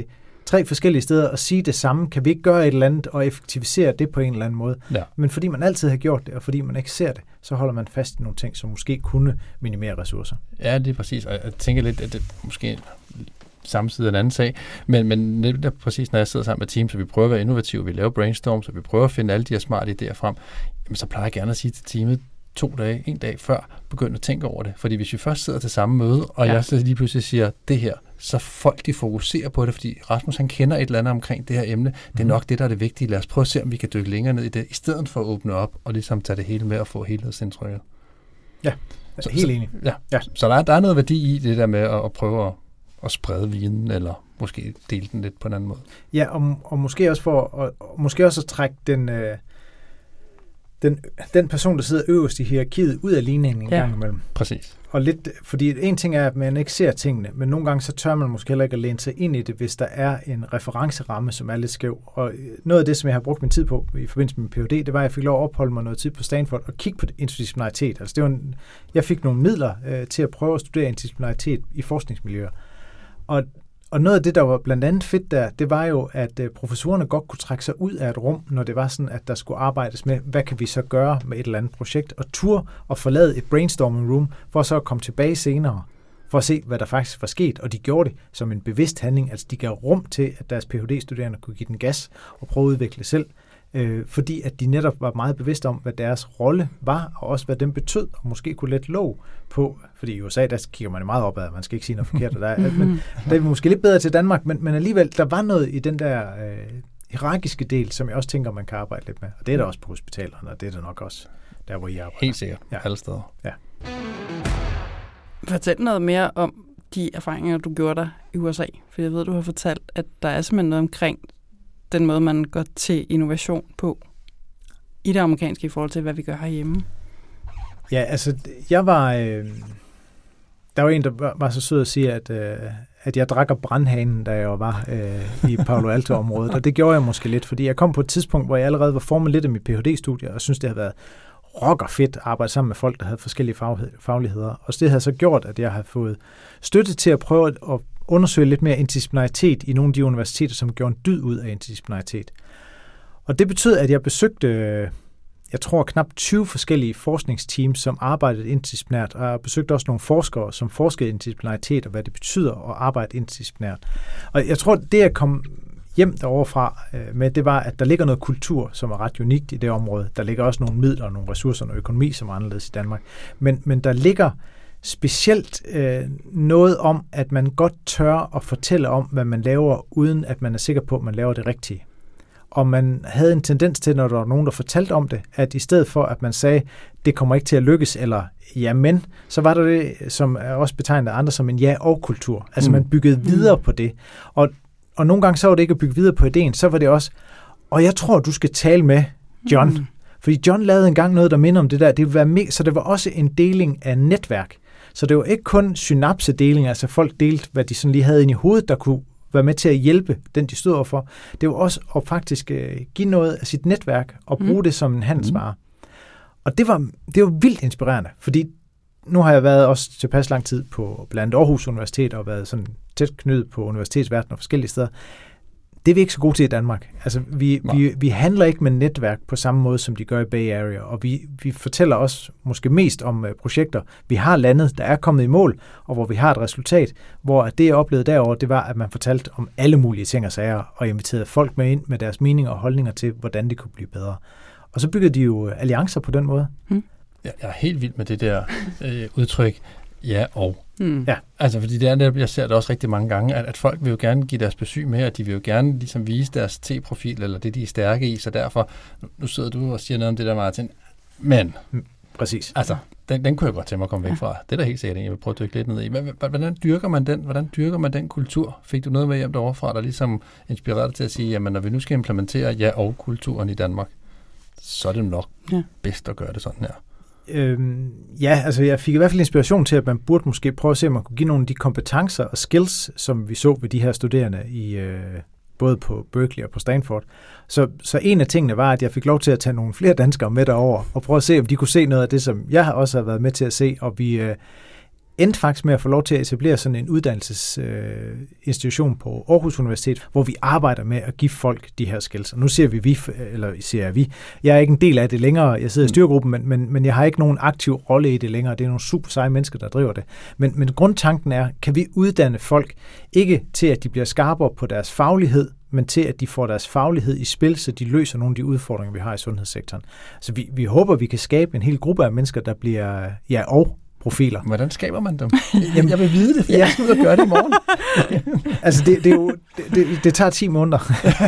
tre forskellige steder og sige det samme. Kan vi ikke gøre et eller andet og effektivisere det på en eller anden måde? Ja. Men fordi man altid har gjort det, og fordi man ikke ser det, så holder man fast i nogle ting, som måske kunne minimere ressourcer. Ja, det er præcis. Og jeg tænker lidt, at det måske samme side af en anden sag, men, men det er præcis, når jeg sidder sammen med team, så vi prøver at være innovative, vi laver brainstorm, så vi prøver at finde alle de her smarte idéer frem, jamen, så plejer jeg gerne at sige til teamet, to dage, en dag før, begynde at tænke over det. Fordi hvis vi først sidder til samme møde, og ja. jeg så lige pludselig siger, det her, så folk de fokuserer på det, fordi Rasmus han kender et eller andet omkring det her emne. Det er nok det, der er det vigtige. Lad os prøve at se, om vi kan dykke længere ned i det, i stedet for at åbne op og ligesom tage det hele med og få helhedsindtrykket. Ja, så, helt enig. Ja, ja. Så der, der er noget værdi i det der med at, at prøve at, at sprede viden, eller måske dele den lidt på en anden måde. Ja, og, og måske også for og, og måske også at trække den... Øh, Den, den person, der sidder øverst i hierarkiet, ud af ligningen en ja. gang imellem. Præcis. Og lidt, fordi en ting er, at man ikke ser tingene, men nogle gange så tør man måske heller ikke at læne sig ind i det, hvis der er en referenceramme, som er lidt skæv. Og noget af det, som jeg har brugt min tid på i forbindelse med Ph D, det var, at jeg fik lov at opholde mig noget tid på Stanford og kigge på interdisciplinaritet. Altså det var en, jeg fik nogle midler øh, til at prøve at studere interdisciplinaritet i forskningsmiljøer. Og Og noget af det, der var blandt andet fedt der, det var jo, at professorerne godt kunne trække sig ud af et rum, når det var sådan, at der skulle arbejdes med, hvad kan vi så gøre med et eller andet projekt, og tur og forlade et brainstorming room, for så at komme tilbage senere, for at se, hvad der faktisk var sket, og de gjorde det som en bevidst handling, altså de gav rum til, at deres Ph D-studerende kunne give den gas og prøve at udvikle selv, øh, fordi at de netop var meget bevidste om, hvad deres rolle var, og også hvad den betød, og måske kunne lette låg på, fordi i U S A, der kigger man meget opad, man skal ikke sige noget forkert, der er, men der er vi måske lidt bedre til Danmark, men, men alligevel, der var noget i den der øh, hierarkiske del, som jeg også tænker, man kan arbejde lidt med, og det er der også på hospitalerne, og det er der nok også der, hvor I arbejder. Helt sikkert, ja. alle steder. Ja. Fortæl noget mere om de erfaringer, du gjorde dig i U S A, for jeg ved, du har fortalt, at der er simpelthen noget omkring den måde, man går til innovation på i det amerikanske i forhold til, hvad vi gør herhjemme. Ja, altså, jeg var... Øh, der var en, der var, var så sød at sige, at, øh, at jeg drak af brandhanen, da jeg var øh, i Palo Alto-området, og det gjorde jeg måske lidt, fordi jeg kom på et tidspunkt, hvor jeg allerede var formet lidt af mit Ph D-studie, og synes det havde været rocker fedt at arbejde sammen med folk, der havde forskellige fagligheder. Og det havde så gjort, at jeg havde fået støtte til at prøve at undersøge lidt mere interdisciplinaritet i nogle af de universiteter, som gjorde en dyd ud af interdisciplinaritet. Og det betød, at jeg besøgte, jeg tror, knap tyve forskellige forskningsteams, som arbejdede interdisciplinært, og jeg besøgte også nogle forskere, som forskede interdisciplinaritet, og hvad det betyder at arbejde interdisciplinært. Og jeg tror, det jeg kom hjem deroverfra med, det var, at der ligger noget kultur, som er ret unikt i det område. Der ligger også nogle midler, nogle ressourcer, og økonomi, som er anderledes i Danmark. Men, men der ligger specielt øh, noget om, at man godt tør at fortælle om, hvad man laver, uden at man er sikker på, at man laver det rigtige. Og man havde en tendens til, når der var nogen, der fortalte om det, at i stedet for, at man sagde, det kommer ikke til at lykkes, eller ja, men, så var der det, som er også betegnet af andre som en ja-og-kultur. Altså man byggede videre på det. Og, og nogle gange så var det ikke at bygge videre på ideen, så var det også, og jeg tror, du skal tale med John. Mm. Fordi John lavede engang noget, der minder om det der. Det ville være me- så det var også en deling af netværk. Så det var ikke kun synapsedeling, altså folk delte, hvad de sådan lige havde inde i hovedet, der kunne være med til at hjælpe den, de stod overfor. Det var også at faktisk øh, give noget af sit netværk og bruge mm. det som en handelsvare. Mm. Og det var, det var vildt inspirerende, fordi nu har jeg været også tilpas lang tid på blandt andet Aarhus Universitet og været sådan tæt knyttet på universitetsverdenen og forskellige steder. Det er vi ikke så gode til i Danmark. Altså, vi, vi, vi handler ikke med netværk på samme måde, som de gør i Bay Area, og vi, vi fortæller også måske mest om uh, projekter, vi har landet, der er kommet i mål, og hvor vi har et resultat, hvor det, jeg oplevede derovre, det var, at man fortalte om alle mulige ting og sager, og inviterede folk med ind med deres meninger og holdninger til, hvordan det kunne blive bedre. Og så byggede de jo alliancer på den måde. Hmm. Jeg er helt vild med det der øh, udtryk, ja og. Mm. Ja, altså fordi det er netop, jeg ser det også rigtig mange gange, at, at folk vil jo gerne give deres besøg med, og de vil jo gerne ligesom vise deres T-profil, eller det, de er stærke i, så derfor, nu sidder du og siger noget om det der, Martin, men, mm, præcis. Altså, den, den kunne jeg godt tænke mig at komme væk fra. Det er da helt sikkert, jeg vil prøve at dykke lidt ned i. Hvordan dyrker man den, hvordan dyrker man den kultur? Fik du noget med hjem derovre fra, der ligesom inspirerede dig til at sige, jamen når vi nu skal implementere ja og kulturen i Danmark, så er det nok ja. bedst at gøre det sådan her. Øhm, ja, altså jeg fik i hvert fald inspiration til, at man burde måske prøve at se, om man kunne give nogle af de kompetencer og skills, som vi så ved de her studerende i øh, både på Berkeley og på Stanford. Så, så en af tingene var, at jeg fik lov til at tage nogle flere danskere med derover og prøve at se, om de kunne se noget af det, som jeg også har været med til at se. Og vi, øh, endte faktisk med at få lov til at etablere sådan en uddannelsesinstitution øh, på Aarhus Universitet, hvor vi arbejder med at give folk de her skills. Og nu siger vi vi, eller siger jeg vi. Jeg er ikke en del af det længere. Jeg sidder i styregruppen, men, men, men jeg har ikke nogen aktiv rolle i det længere. Det er nogle super seje mennesker, der driver det. Men, men grundtanken er, kan vi uddanne folk ikke til, at de bliver skarpere på deres faglighed, men til, at de får deres faglighed i spil, så de løser nogle af de udfordringer, vi har i sundhedssektoren. Så vi, vi håber, vi kan skabe en hel gruppe af mennesker, der bliver ja og profiler. Hvordan skaber man dem? Jamen, jeg vil vide det, for jeg skal ud og gøre det i morgen. altså, det, det, er jo, det, det, det tager ti måneder.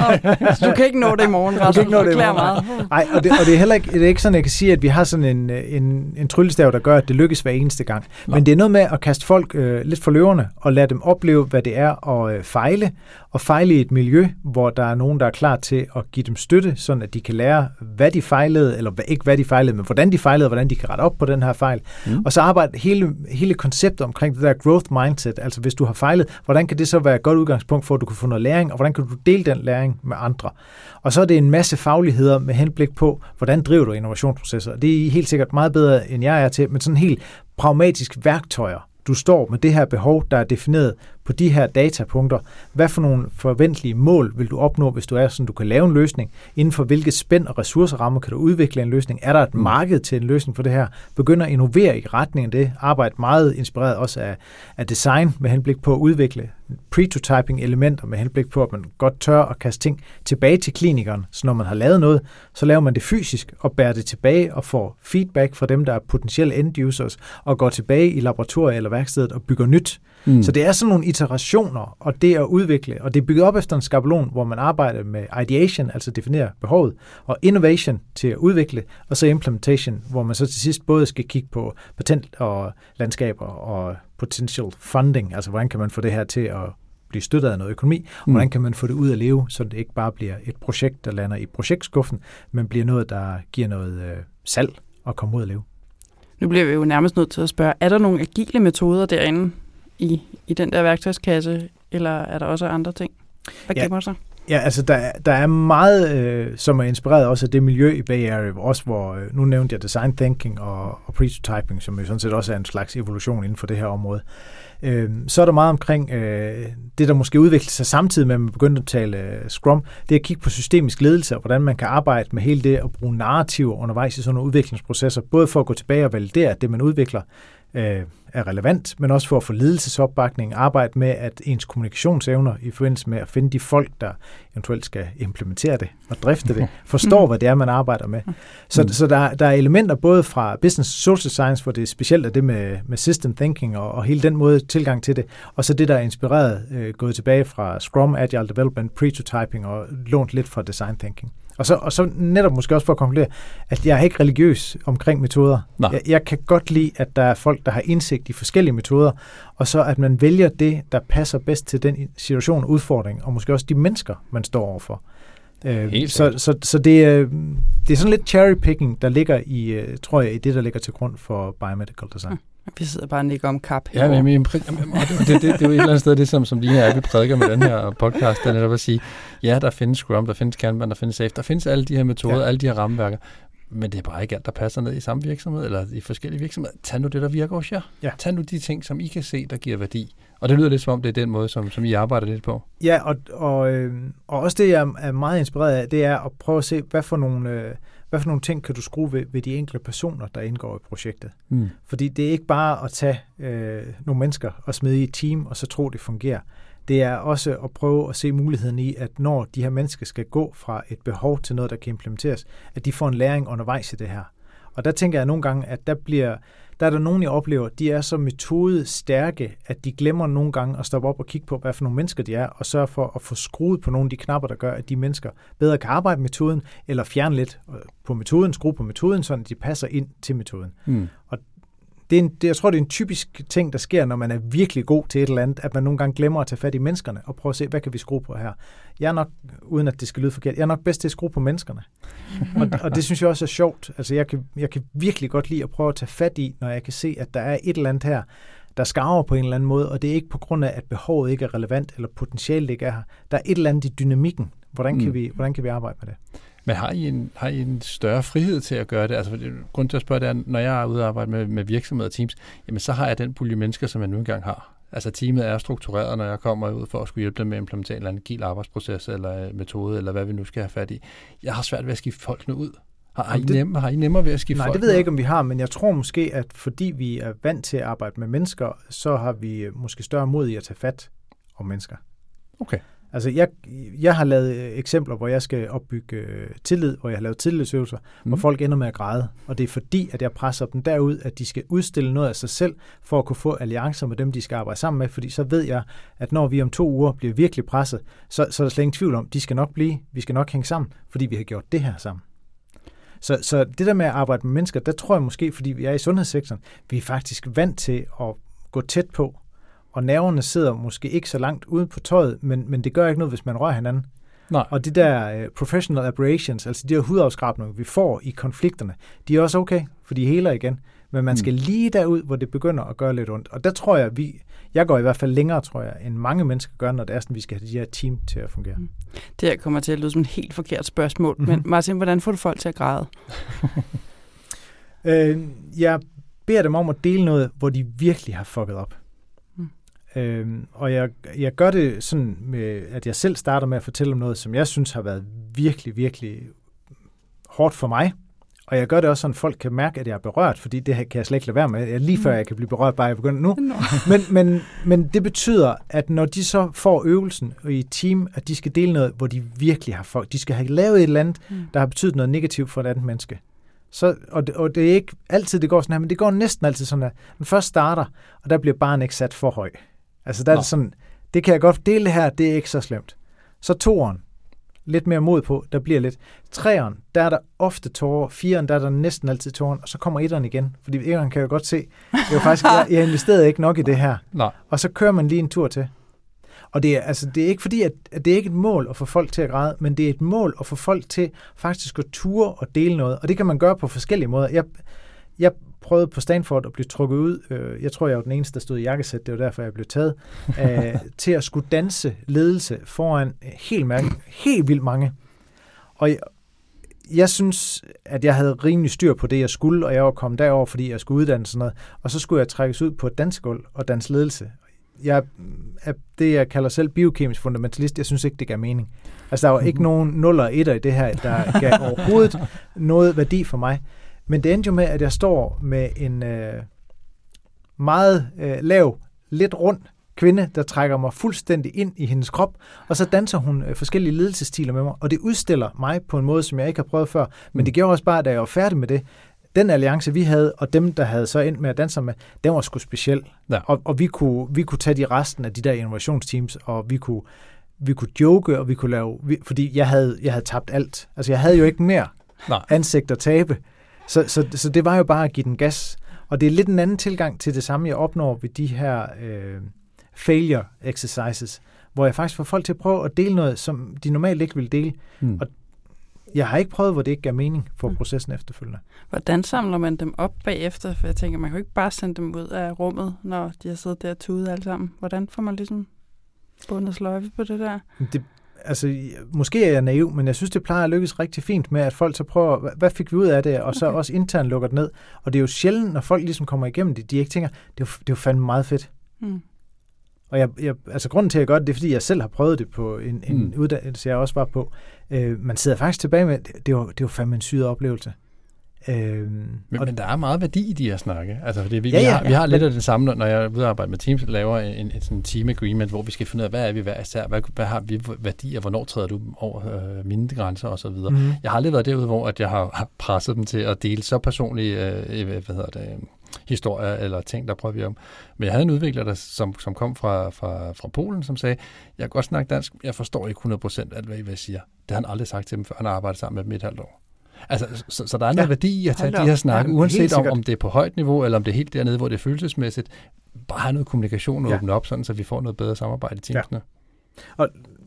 Så du kan ikke nå det i morgen, Rasmus. Du kan ikke nå det i morgen. Nej, og, det, og det er heller ikke, det er ikke sådan, jeg kan sige, at vi har sådan en, en, en tryllestav, der gør, at det lykkes hver eneste gang. Nå. Men det er noget med at kaste folk øh, lidt for løverne, og lade dem opleve, hvad det er at øh, fejle, og fejle i et miljø, hvor der er nogen, der er klar til at give dem støtte, sådan at de kan lære, hvad de fejlede, eller ikke hvad de fejlede, men hvordan de fejlede, og hvordan de kan rette op på den her fejl. Mm. Og så arbejde hele, hele konceptet omkring det der growth mindset, altså hvis du har fejlet, hvordan kan det så være et godt udgangspunkt for, at du kan få noget læring, og hvordan kan du dele den læring med andre? Og så er det en masse fagligheder med henblik på, hvordan driver du innovationsprocesser. Det er helt sikkert meget bedre, end jeg er til, men sådan helt pragmatisk værktøjer. Du står med det her behov, der er defineret på de her datapunkter. Hvad for nogle forventelige mål vil du opnå, hvis du er sådan, du kan lave en løsning? Inden for hvilke spænd og ressourcerammer kan du udvikle en løsning? Er der et marked til en løsning for det her? Begynder at innovere i retning af det. Arbejde meget inspireret også af, af design med henblik på at udvikle prototyping-elementer med henblik på, at man godt tør at kaste ting tilbage til klinikeren. Så når man har lavet noget, så laver man det fysisk og bærer det tilbage og får feedback fra dem, der er potentielle end-users, og går tilbage i laboratoriet eller værkstedet og bygger nyt. Mm. Så det er sådan nogle iterationer, og det at udvikle, og det er bygget op efter en skabelon, hvor man arbejder med ideation, altså definere behovet, og innovation til at udvikle, og så implementation, hvor man så til sidst både skal kigge på patent og landskaber og potential funding, altså hvordan kan man få det her til at blive støttet af noget økonomi, og mm. hvordan kan man få det ud at leve, så det ikke bare bliver et projekt, der lander i projektskuffen, men bliver noget, der giver noget øh, salg og kommer ud at leve. Nu bliver vi jo nærmest nødt til at spørge, er der nogle agile metoder derinde i, i den der værktøjskasse, eller er der også andre ting? Hvad ja. gemmer sig? Ja, altså der, der er meget, øh, som er inspireret også af det miljø i Bay Area, også hvor, øh, nu nævnte jeg design thinking og, og prototyping, som jo sådan set også er en slags evolution inden for det her område. Øh, så er der meget omkring øh, det, der måske udvikler sig samtidig med, at man begynder at tale øh, Scrum, det er at kigge på systemisk ledelse, og hvordan man kan arbejde med hele det at bruge narrativer undervejs i sådan nogle udviklingsprocesser, både for at gå tilbage og validere, at det, man udvikler, øh, er relevant, men også for at få ledelsesopbakning, arbejde med, at ens kommunikationsevner i forbindelse med at finde de folk, der eventuelt skal implementere det og drifte det, forstår, hvad det er, man arbejder med. Så, så der, der er elementer både fra business social science, hvor det er specielt er det med, med system thinking og, og hele den måde tilgang til det, og så det, der er inspireret, øh, gået tilbage fra Scrum, Agile Development, Prototyping og lånt lidt fra design thinking. Og så, og så netop måske også for at konkludere, at jeg er ikke religiøs omkring metoder. Jeg, jeg kan godt lide, at der er folk, der har indsigt i forskellige metoder, og så at man vælger det, der passer bedst til den situation og udfordring, og måske også de mennesker, man står overfor. Øh, så så, så det, er, det er sådan lidt cherry-picking, der ligger i, tror jeg, i det, der ligger til grund for biomedical design. Vi sidder bare og nikker om kap. Ja, men, men, det, det, det, det er jo et eller andet sted, det som, som lige her, vi prædiker med den her podcast, der netop at sige, ja, der findes Scrum, der findes Kanban, der findes Safe, der findes alle de her metoder, ja. alle de her rammeværker, men det er bare ikke alt, der passer ned i samme virksomhed, eller i forskellige virksomheder. Tag nu det, der virker hos jer. Ja. Tag nu de ting, som I kan se, der giver værdi. Og det lyder lidt som om, det er den måde, som, som I arbejder lidt på. Ja, og, og, øh, og også det, jeg er meget inspireret af, det er at prøve at se, hvad for nogle... Øh, Hvad for nogle ting kan du skrue ved, ved de enkelte personer, der indgår i projektet? Mm. Fordi det er ikke bare at tage øh, nogle mennesker og smide i et team, og så tro, det fungerer. Det er også at prøve at se muligheden i, at når de her mennesker skal gå fra et behov til noget, der kan implementeres, at de får en læring undervejs i det her. Og der tænker jeg nogle gange, at der bliver... Der er der nogen, jeg oplever, de er så metodestærke, at de glemmer nogle gange at stoppe op og kigge på, hvad for nogle mennesker de er, og sørge for at få skruet på nogle af de knapper, der gør, at de mennesker bedre kan arbejde med metoden, eller fjerne lidt på metoden, skrue på metoden, så de passer ind til metoden. Mm. Og det er en, det, jeg tror, det er en typisk ting, der sker, når man er virkelig god til et eller andet, at man nogle gange glemmer at tage fat i menneskerne, og prøve at se, hvad kan vi skrue på her. Jeg er nok, uden at det skal lyde forkert, jeg er nok bedst til at skrue på menneskerne. og, og det synes jeg også er sjovt. Altså, jeg kan, jeg kan virkelig godt lide at prøve at tage fat i, når jeg kan se, at der er et eller andet her, der skarver på en eller anden måde, og det er ikke på grund af, at behovet ikke er relevant, eller potentialet ikke er her. Der er et eller andet i dynamikken. Hvordan kan, mm. vi, hvordan kan vi arbejde med det? Men har I, en, har I en større frihed til at gøre det? Altså, grunden til at spørge det er, når jeg er ude og arbejde med, med virksomheder og teams, jamen så har jeg den pulje mennesker, som jeg nu engang har. Altså teamet er struktureret, når jeg kommer ud for at skulle hjælpe dem med at implementere en eller anden agil arbejdsproces eller metode, eller hvad vi nu skal have fat i. Jeg har svært ved at skifte folkene ud. Har, har, I, det, nemme, har I nemmere ved at skifte nej, folk? Nej, det ved jeg ikke, om vi har, men jeg tror måske, at fordi vi er vant til at arbejde med mennesker, så har vi måske større mod i at tage fat om mennesker. Okay. Altså, jeg, jeg har lavet eksempler, hvor jeg skal opbygge øh, tillid, hvor jeg har lavet tillidsøvelser, mm. hvor folk ender med at græde. Og det er fordi, at jeg presser dem derud, at de skal udstille noget af sig selv, for at kunne få alliancer med dem, de skal arbejde sammen med. Fordi så ved jeg, at når vi om to uger bliver virkelig presset, så, så er der slet ingen tvivl om, de skal nok blive, vi skal nok hænge sammen, fordi vi har gjort det her sammen. Så, så det der med at arbejde med mennesker, der tror jeg måske, fordi vi er i sundhedssektoren, vi er faktisk vant til at gå tæt på, og nerverne sidder måske ikke så langt ude på tøjet, men, men det gør ikke noget, hvis man rører hinanden. Nej. Og de der uh, professional aberrations, altså de der hudafskrabninger, vi får i konflikterne, de er også okay, for de heler igen. Men man skal mm. lige derud, hvor det begynder at gøre lidt ondt. Og der tror jeg, vi, jeg går i hvert fald længere, tror jeg, end mange mennesker gør, når det er sådan, vi skal have de her team til at fungere. Mm. Det her kommer til at lyde som et helt forkert spørgsmål, mm-hmm. men Martin, hvordan får du folk til at græde? øh, jeg beder dem om at dele noget, hvor de virkelig har fucket op. Øhm, og jeg, jeg gør det sådan, med, at jeg selv starter med at fortælle om noget, som jeg synes har været virkelig, virkelig hårdt for mig. Og jeg gør det også sådan, at folk kan mærke, at jeg er berørt, fordi det kan jeg slet ikke lade være med. Jeg, lige før jeg kan blive berørt, bare jeg begynder nu. No. Men, men, men det betyder, at når de så får øvelsen i et team, at de skal dele noget, hvor de virkelig har folk. De skal have lavet et eller andet, mm. der har betydet noget negativt for et andet menneske. Så, og, det, og det er ikke altid, det går sådan her, men det går næsten altid sådan her. Den først starter, og der bliver barnet ikke sat for høj. Altså der er det sådan, det kan jeg godt dele det her, det er ikke så slemt. Så toeren, lidt mere mod på, der bliver lidt. Treeren, der er der ofte tårer. Fireren, der er der næsten altid tårer. Og så kommer etteren igen, fordi etteren kan jo godt se, jeg, jo faktisk, jeg, jeg investerede ikke nok i det her. Nej. Og så kører man lige en tur til. Og det er, altså, det er ikke fordi, at, at det er ikke et mål at få folk til at græde, men det er et mål at få folk til faktisk at ture og dele noget. Og det kan man gøre på forskellige måder. Jeg, jeg prøvede på Stanford at blive trukket ud. Jeg tror, jeg var den eneste, der stod i jakkesæt. Det var derfor, jeg blev taget. øh, til at skulle danse ledelse foran helt, mærke, helt vildt mange. Og jeg, jeg synes, at jeg havde rimelig styr på det, jeg skulle, og jeg var kommet derover, fordi jeg skulle uddanne sådan noget. Og så skulle jeg trækkes ud på et dansegulv og danse ledelse. Jeg er det, jeg kalder selv biokemisk fundamentalist. Jeg synes ikke, det gav mening. Altså, der var ikke nogen nuller og etter i det her, der gav overhovedet noget værdi for mig. Men det endte jo med, at jeg står med en øh, meget øh, lav, lidt rund kvinde, der trækker mig fuldstændig ind i hendes krop, og så danser hun øh, forskellige ledelsestiler med mig, og det udstiller mig på en måde, som jeg ikke har prøvet før. Men det gjorde også bare, da jeg var færdig med det, den alliance, vi havde, og dem, der havde så endt med at danse med, den var sgu speciel. Ja. Og, og vi, kunne, vi kunne tage de resten af de der innovationsteams, og vi kunne, vi kunne joke, og vi kunne lave, vi, fordi jeg havde, jeg havde tabt alt. Altså, jeg havde jo ikke mere Nej. ansigt at tabe. Så, så, så det var jo bare at give den gas. Og det er lidt en anden tilgang til det samme, jeg opnår ved de her øh, failure exercises, hvor jeg faktisk får folk til at prøve at dele noget, som de normalt ikke vil dele. Hmm. Og jeg har ikke prøvet, hvor det ikke gav mening for hmm. processen efterfølgende. Hvordan samler man dem op bagefter? For jeg tænker, man kan jo ikke bare sende dem ud af rummet, når de har siddet der og tudet alle sammen. Hvordan får man ligesom bundet sløjfe på det der? Det Altså, måske er jeg naiv, men jeg synes, det plejer at lykkes rigtig fint med, at folk så prøver, hvad fik vi ud af det, og så okay. også internt lukker det ned. Og det er jo sjældent, når folk ligesom kommer igennem det, de ikke tænker, det er jo, det er jo fandme meget fedt. Mm. Og jeg, jeg, altså, grunden til, at jeg gør det, det er, fordi jeg selv har prøvet det på en, en mm. uddannelse, jeg også var på. Øh, man sidder faktisk tilbage med, det, det, var, det var fandme en syret oplevelse. Øhm, men, men der er meget værdi i de her snakke. Altså, fordi vi, ja, ja, vi har, vi har ja, lidt men, af det samme, når jeg er ude og arbejde med teams, laver en, en sådan team agreement, hvor vi skal finde ud af, hvad er vi hver især, hvad, hvad har vi værdier, hvornår træder du over øh, mine grænser og så videre. Mm-hmm. Jeg har aldrig været derude, hvor at jeg har, har presset dem til at dele så personlige øh, hvad hedder det, historier eller ting, der prøver vi om. Men jeg havde en udvikler, der, som, som kom fra, fra, fra Polen, som sagde, jeg kan godt snakke dansk, jeg forstår ikke hundrede procent alt, hvad I siger. Det har han aldrig sagt til dem, før han har arbejdet sammen med dem et halvt år. Altså, så, så der er noget ja. værdi i at tage de her snakke, ja, uanset om, om det er på højt niveau, eller om det er helt dernede, hvor det er følelsesmæssigt. Bare have noget kommunikation og ja. åbne op, sådan, så vi får noget bedre samarbejde i teamsene. Ja. Og,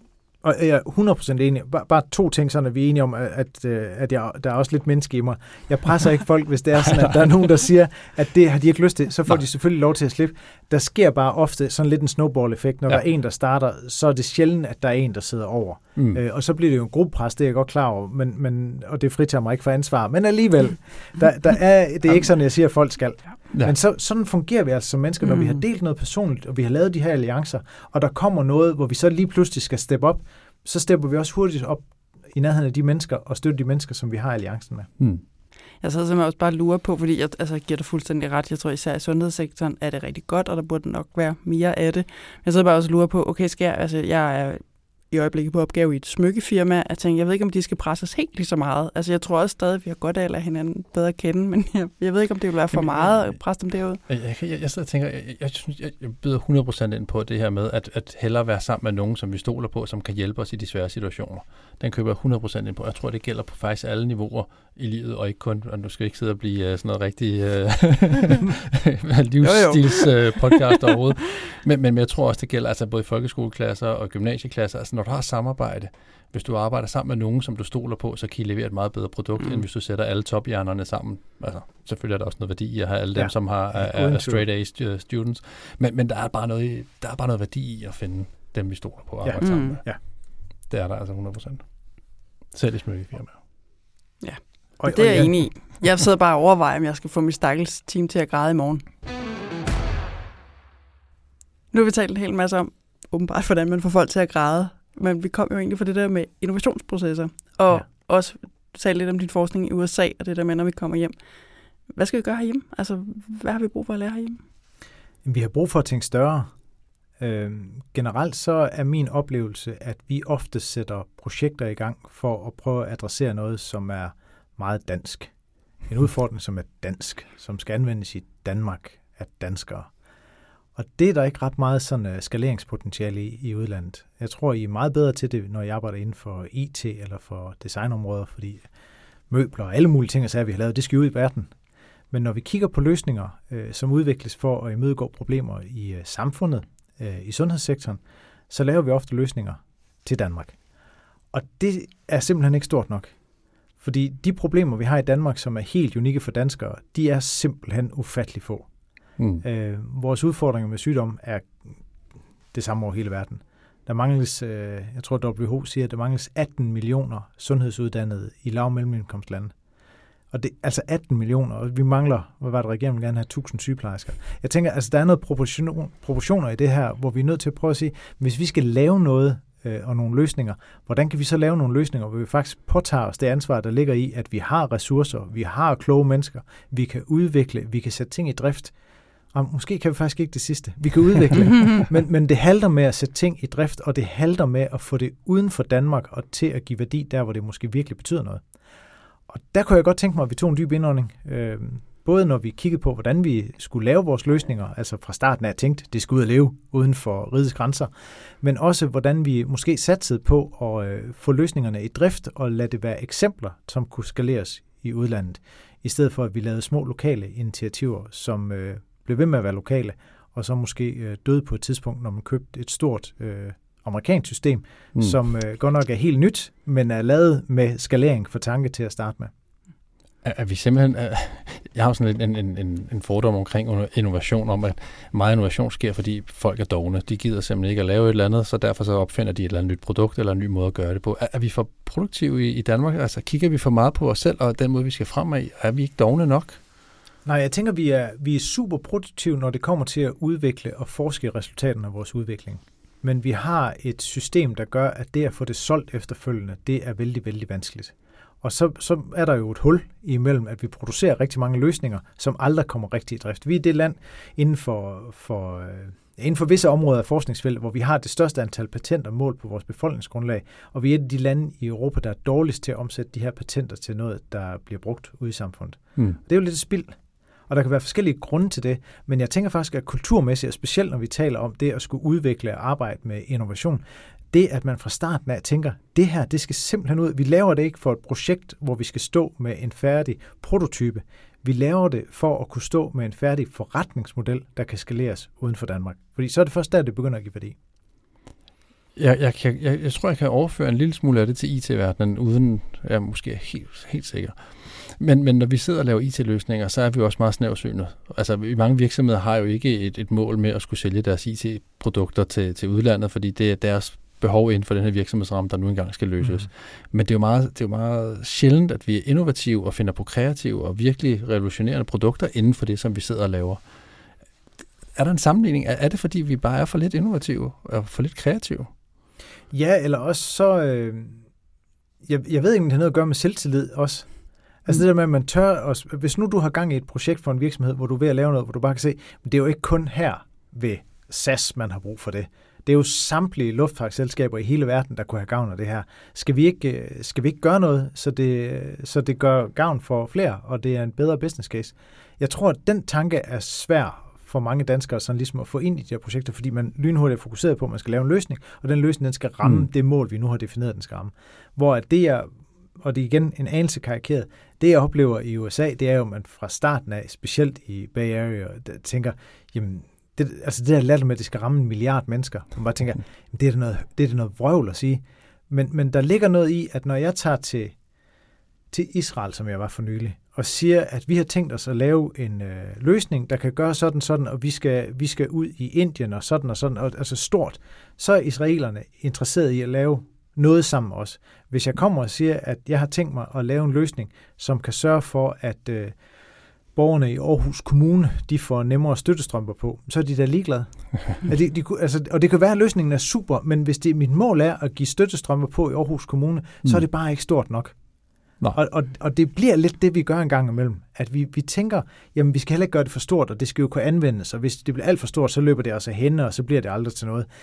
Og jeg er hundrede procent enig. Bare, bare to ting, sådan at vi er enige om, at, at jeg, der er også lidt menneske i mig. Jeg presser ikke folk, hvis det er sådan, at der er nogen, der siger, at det har de ikke lyst til. Så får Nej. de selvfølgelig lov til at slippe. Der sker bare ofte sådan lidt en snowball-effekt. Når ja. der er en, der starter, så er det sjældent, at der er en, der sidder over. Mm. Øh, og så bliver det jo en gruppepres, det er jeg godt klar over. Men, men, og det fritager mig ikke for ansvar. Men alligevel, der, der er, det er ikke sådan, jeg siger, at folk skal. Ja. Men så, sådan fungerer vi altså som mennesker, når mm. vi har delt noget personligt, og vi har lavet de her alliancer, og der kommer noget, hvor vi så lige pludselig skal steppe op, så stepper vi også hurtigt op i nærheden af de mennesker, og støtter de mennesker, som vi har alliancen med. Mm. Jeg så simpelthen også bare lurer på, fordi jeg altså, giver dig fuldstændig ret. Jeg tror især i sundhedssektoren er det rigtig godt, og der burde nok være mere af det. Jeg så bare også lurer på, okay, skal jeg, altså jeg er i øjeblikket på opgave i et smykkefirma. Jeg tænker, jeg ved ikke, om de skal presses helt lige så meget. Altså, jeg tror også stadig, at vi har godt af at lade hinanden bedre kende, men jeg, jeg ved ikke, om det vil være for meget at presse dem derud. Jeg, jeg, jeg, jeg sidder og tænker, jeg, jeg, synes, jeg, jeg byder hundrede procent ind på det her med, at, at hellere være sammen med nogen, som vi stoler på, som kan hjælpe os i de svære situationer. Den køber jeg hundrede procent ind på. Jeg tror, det gælder på faktisk alle niveauer i livet, og ikke kun, og du skal ikke sidde og blive uh, sådan noget rigtig uh, livsstils uh, podcast overhovedet. Men, men jeg tror også, det gælder altså både i folkeskoleklasser og gymnasieklasser. Altså, når du har samarbejde, hvis du arbejder sammen med nogen, som du stoler på, så kan I levere et meget bedre produkt, mm. end hvis du sætter alle tophjernerne sammen. Altså, selvfølgelig er der også noget værdi i at have alle dem, ja. som har uh, straight A students. Men, men der er bare noget, der er bare noget værdi i at finde dem, vi stoler på at arbejde ja. sammen med. Ja. Det er der altså hundrede procent. Selv i smykkefirmaer. Ja, og, det er jeg enig i. Jeg sidder bare og overvejer, om jeg skal få mit stakkels team til at græde i morgen. Nu har vi talt en hel masse om, åbenbart, hvordan man får folk til at græde. Men vi kom jo egentlig fra det der med innovationsprocesser. Og ja. også tale lidt om din forskning i U S A, og det der med, når vi kommer hjem. Hvad skal vi gøre herhjemme? Altså, hvad har vi brug for at lære herhjemme? Vi har brug for at tænke større. Øh, generelt så er min oplevelse, at vi ofte sætter projekter i gang for at prøve at adressere noget, som er meget dansk. En udfordring, som er dansk, som skal anvendes i Danmark af danskere. Og det er der ikke ret meget sådan uh, skaleringspotentiale i, i udlandet. Jeg tror, I er meget bedre til det, når jeg arbejder inden for I T eller for designområder, fordi møbler og alle mulige ting, så vi har lavet, det skal ud i verden. Men når vi kigger på løsninger, øh, som udvikles for at imødegå problemer i øh, samfundet, i sundhedssektoren, så laver vi ofte løsninger til Danmark. Og det er simpelthen ikke stort nok. Fordi de problemer, vi har i Danmark, som er helt unikke for danskere, de er simpelthen ufattelig få. Mm. Øh, vores udfordringer med sygdom er det samme over hele verden. Der mangles, øh, jeg tror W H siger, at der mangles atten millioner sundhedsuddannede i lav- og mellemindkomstlande. Og det er altså atten millioner, og vi mangler, hvad var det, regeringen vil gerne have tusind sygeplejersker. Jeg tænker, altså der er noget proportion, proportioner i det her, hvor vi er nødt til at prøve at sige, hvis vi skal lave noget øh, og nogle løsninger, hvordan kan vi så lave nogle løsninger, hvor vi faktisk påtager os det ansvar, der ligger i, at vi har ressourcer, vi har kloge mennesker, vi kan udvikle, vi kan sætte ting i drift. Og måske kan vi faktisk ikke det sidste. Vi kan udvikle, men, men det halter med at sætte ting i drift, og det halter med at få det uden for Danmark og til at give værdi der, hvor det måske virkelig betyder noget. Og der kunne jeg godt tænke mig, at vi tog en dyb indånding. Øh, både når vi kiggede på, hvordan vi skulle lave vores løsninger, altså fra starten af tænkt, det skulle ud at leve uden for rigets grænser, men også hvordan vi måske satsede på at øh, få løsningerne i drift og lade det være eksempler, som kunne skaleres i udlandet, i stedet for at vi lavede små lokale initiativer, som øh, blev ved med at være lokale, og så måske øh, døde på et tidspunkt, når man købte et stort øh, amerikansk system, mm. som øh, godt nok er helt nyt, men er lavet med skalering for tanke til at starte med. Er, er vi simpelthen... Er, jeg har sådan en, en, en, en fordom omkring innovation, om at meget innovation sker, fordi folk er dovne. De gider simpelthen ikke at lave et eller andet, så derfor så opfinder de et eller andet nyt produkt, eller en ny måde at gøre det på. Er, er vi for produktive i, i Danmark? Altså kigger vi for meget på os selv, og den måde, vi skal fremad? Er vi ikke dovne nok? Nej, jeg tænker, vi er, vi er super produktive, når det kommer til at udvikle og forske resultaterne af vores udvikling. Men vi har et system, der gør, at det at få det solgt efterfølgende, det er vældig, vældig vanskeligt. Og så, så er der jo et hul imellem, at vi producerer rigtig mange løsninger, som aldrig kommer rigtig i drift. Vi er det land inden for, for, øh, inden for visse områder af forskningsfeltet, hvor vi har det største antal patenter målt på vores befolkningsgrundlag, og vi er et af de lande i Europa, der er dårligst til at omsætte de her patenter til noget, der bliver brugt ude i samfundet. Mm. Det er jo lidt et spild. Og der kan være forskellige grunde til det, men jeg tænker faktisk, at kulturmæssigt, og specielt når vi taler om det at skulle udvikle og arbejde med innovation, det at man fra starten af tænker, det her, det skal simpelthen ud. Vi laver det ikke for et projekt, hvor vi skal stå med en færdig prototype. Vi laver det for at kunne stå med en færdig forretningsmodel, der kan skaleres uden for Danmark. Fordi så er det først der, det begynder at give værdi. Jeg, jeg, jeg, jeg, jeg tror, jeg kan overføre en lille smule af det til I T-verdenen, uden jeg måske er helt, helt sikker. Men, men når vi sidder og laver I T-løsninger, så er vi også meget snæversynet. Altså, mange virksomheder har jo ikke et, et mål med at skulle sælge deres I T-produkter til, til udlandet, fordi det er deres behov inden for den her virksomhedsramme, der nu engang skal løses. Mm. Men det er, jo meget, det er jo meget sjældent, at vi er innovative og finder på kreative og virkelig revolutionerende produkter inden for det, som vi sidder og laver. Er der en sammenligning? Er, er det, fordi vi bare er for lidt innovative og for lidt kreative? Ja, eller også så... Øh, jeg, jeg ved ikke, om det har noget at gøre med selvtillid også. Altså mm. det der med, at man tør... Også, hvis nu du har gang i et projekt for en virksomhed, hvor du er ved at lave noget, hvor du bare kan se, men det er jo ikke kun her ved S A S, man har brug for det. Det er jo samtlige luftfartsselskaber i hele verden, der kunne have gavn af det her. Skal vi ikke, skal vi ikke gøre noget, så det, så det gør gavn for flere, og det er en bedre business case? Jeg tror, at den tanke er svær for mange danskere sådan ligesom at få ind i de her projekter, fordi man lynhurtigt er fokuseret på, at man skal lave en løsning, og den løsning den skal ramme mm. det mål, vi nu har defineret, den skal ramme. Hvor at det er, og det er igen en anelse karikeret, det jeg oplever i U S A, det er jo, at man fra starten af, specielt i Bay Area, tænker, jamen, Det, altså det der lader med, at det skal ramme en milliard mennesker. Man bare tænker, det er da noget, det er da noget vrøvl at sige. Men, men der ligger noget i, at når jeg tager til, til Israel, som jeg var for nylig, og siger, at vi har tænkt os at lave en øh, løsning, der kan gøre sådan sådan, og vi skal, vi skal ud i Indien og sådan og sådan, og, altså stort, så er israelerne interesseret i at lave noget sammen med os. Hvis jeg kommer og siger, at jeg har tænkt mig at lave en løsning, som kan sørge for, at øh, borgerne i Aarhus Kommune, de får nemmere støttestrømper på, så er de da ligeglade. de, de, altså, og det kan være, at løsningen er super, men hvis det mit mål er at give støttestrømper på i Aarhus Kommune, mm. så er det bare ikke stort nok. Og, og, og det bliver lidt det, vi gør en gang imellem. At vi, vi tænker, jamen vi skal heller ikke gøre det for stort, og det skal jo kunne anvendes, og hvis det bliver alt for stort, så løber det altså henne, og så bliver det aldrig til noget.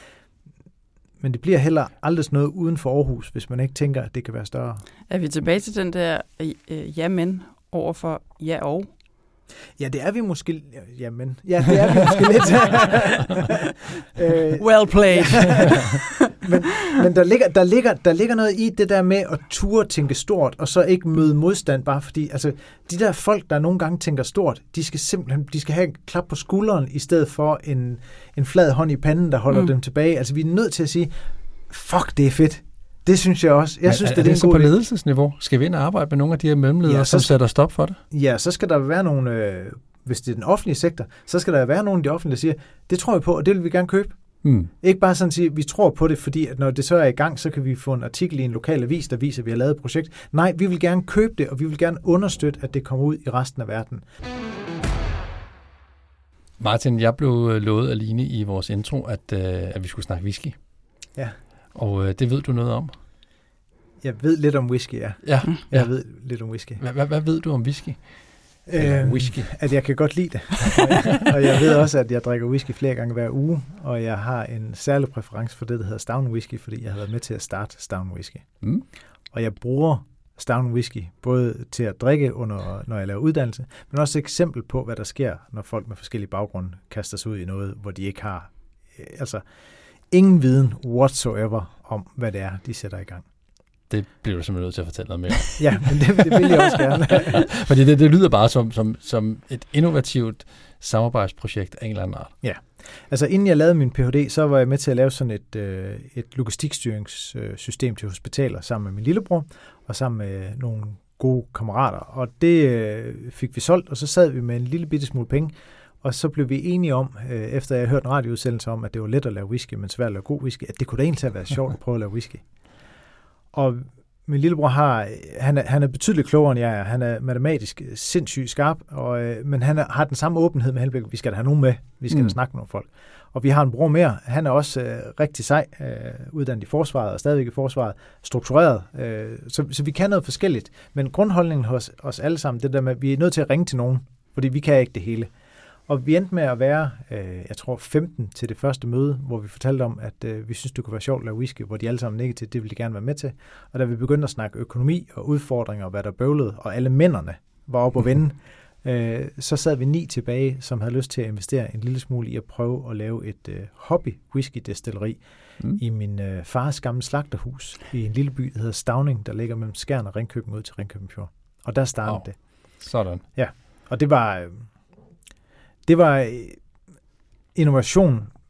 Men det bliver heller aldrig noget uden for Aarhus, hvis man ikke tænker, at det kan være større. Er vi tilbage til den der øh, ja, men over for ja og? Ja, det er vi måske... Jamen, ja, det er vi måske lidt. uh, well played. men men der, ligger, der, ligger, der ligger noget i det der med at ture tænke stort, og så ikke møde modstand, bare fordi altså, de der folk, der nogle gange tænker stort, de skal simpelthen de skal have en klap på skulderen, i stedet for en, en flad hånd i panden, der holder mm. dem tilbage. Altså, vi er nødt til at sige, fuck, det er fedt. Det synes jeg også. Jeg Men synes, er, det, er det er så på ledelsesniveau? Skal vi ind og arbejde med nogle af de her mellemledere, ja, som sætter stop for det? Ja, så skal der være nogle, øh, hvis det er den offentlige sektor, så skal der være nogle af de offentlige, der siger, det tror jeg på, og det vil vi gerne købe. Hmm. Ikke bare sådan at sige, vi tror på det, fordi at når det så er i gang, så kan vi få en artikel i en lokal avis, der viser, at vi har lavet et projekt. Nej, vi vil gerne købe det, og vi vil gerne understøtte, at det kommer ud i resten af verden. Martin, jeg blev lovet af Line i vores intro, at, øh, at vi skulle snakke whisky. Ja. Og øh, det ved du noget om? Jeg ved lidt om whisky, ja. Ja, jeg ja. ved lidt om whisky. Hvad, hvad, hvad ved du om whisky? Øhm, whisky? At jeg kan godt lide det. Og jeg ved også, at jeg drikker whisky flere gange hver uge, og jeg har en særlig præference for det, der hedder Stout Whisky, fordi jeg har været med til at starte Stout Whisky. Mm. Og jeg bruger Stout Whisky både til at drikke, under, når jeg laver uddannelse, men også et eksempel på, hvad der sker, når folk med forskellige baggrunde kaster sig ud i noget, hvor de ikke har altså ingen viden whatsoever om, hvad det er, de sætter i gang. Det bliver du simpelthen nødt til at fortælle noget mere. Ja, men det, det vil jeg også gerne. Fordi det, det lyder bare som, som, som et innovativt samarbejdsprojekt af en eller anden art. Ja, altså inden jeg lavede min P H D, så var jeg med til at lave sådan et, øh, et logistikstyringssystem til hospitaler sammen med min lillebror og sammen med nogle gode kammerater. Og det øh, fik vi solgt, og så sad vi med en lille bitte smule penge. Og så blev vi enige om, øh, efter jeg hørte en radioudsendelse om, at det var let at lave whisky, men svært at lave god whisky, at det kunne da egentlig have været sjovt at prøve at lave whisky. Og min lillebror har, han er, han er betydeligt klogere end jeg er. Han er matematisk sindssygt skarp, og, øh, men han er, har den samme åbenhed med henblik. Vi skal da have nogen med. Vi skal mm. da snakke med nogle folk. Og vi har en bror mere. Han er også øh, rigtig sej, øh, uddannet i forsvaret og stadigvæk i forsvaret, struktureret. Øh, så, så vi kan noget forskelligt. Men grundholdningen hos os alle sammen, det der med, at vi er nødt til at ringe til nogen, fordi vi kan ikke det hele. Og vi endte med at være, øh, jeg tror, femten til det første møde, hvor vi fortalte om, at øh, vi synes, det kunne være sjovt at lave whisky, hvor de alle sammen nikkede til, det ville de gerne være med til. Og da vi begyndte at snakke økonomi og udfordringer og hvad der bøvlede, og alle mændene var oppe at vende, øh, så sad vi ni tilbage, som havde lyst til at investere en lille smule i at prøve at lave et øh, hobby whisky-destilleri mm. i min øh, fars gamle slagterhus i en lille by, der hedder Stauning, der ligger mellem Skjern og Ringkøbing ud til Ringkøbing Fjord. Og der startede oh. det. Sådan. Ja, og det var... Øh, Det var innovation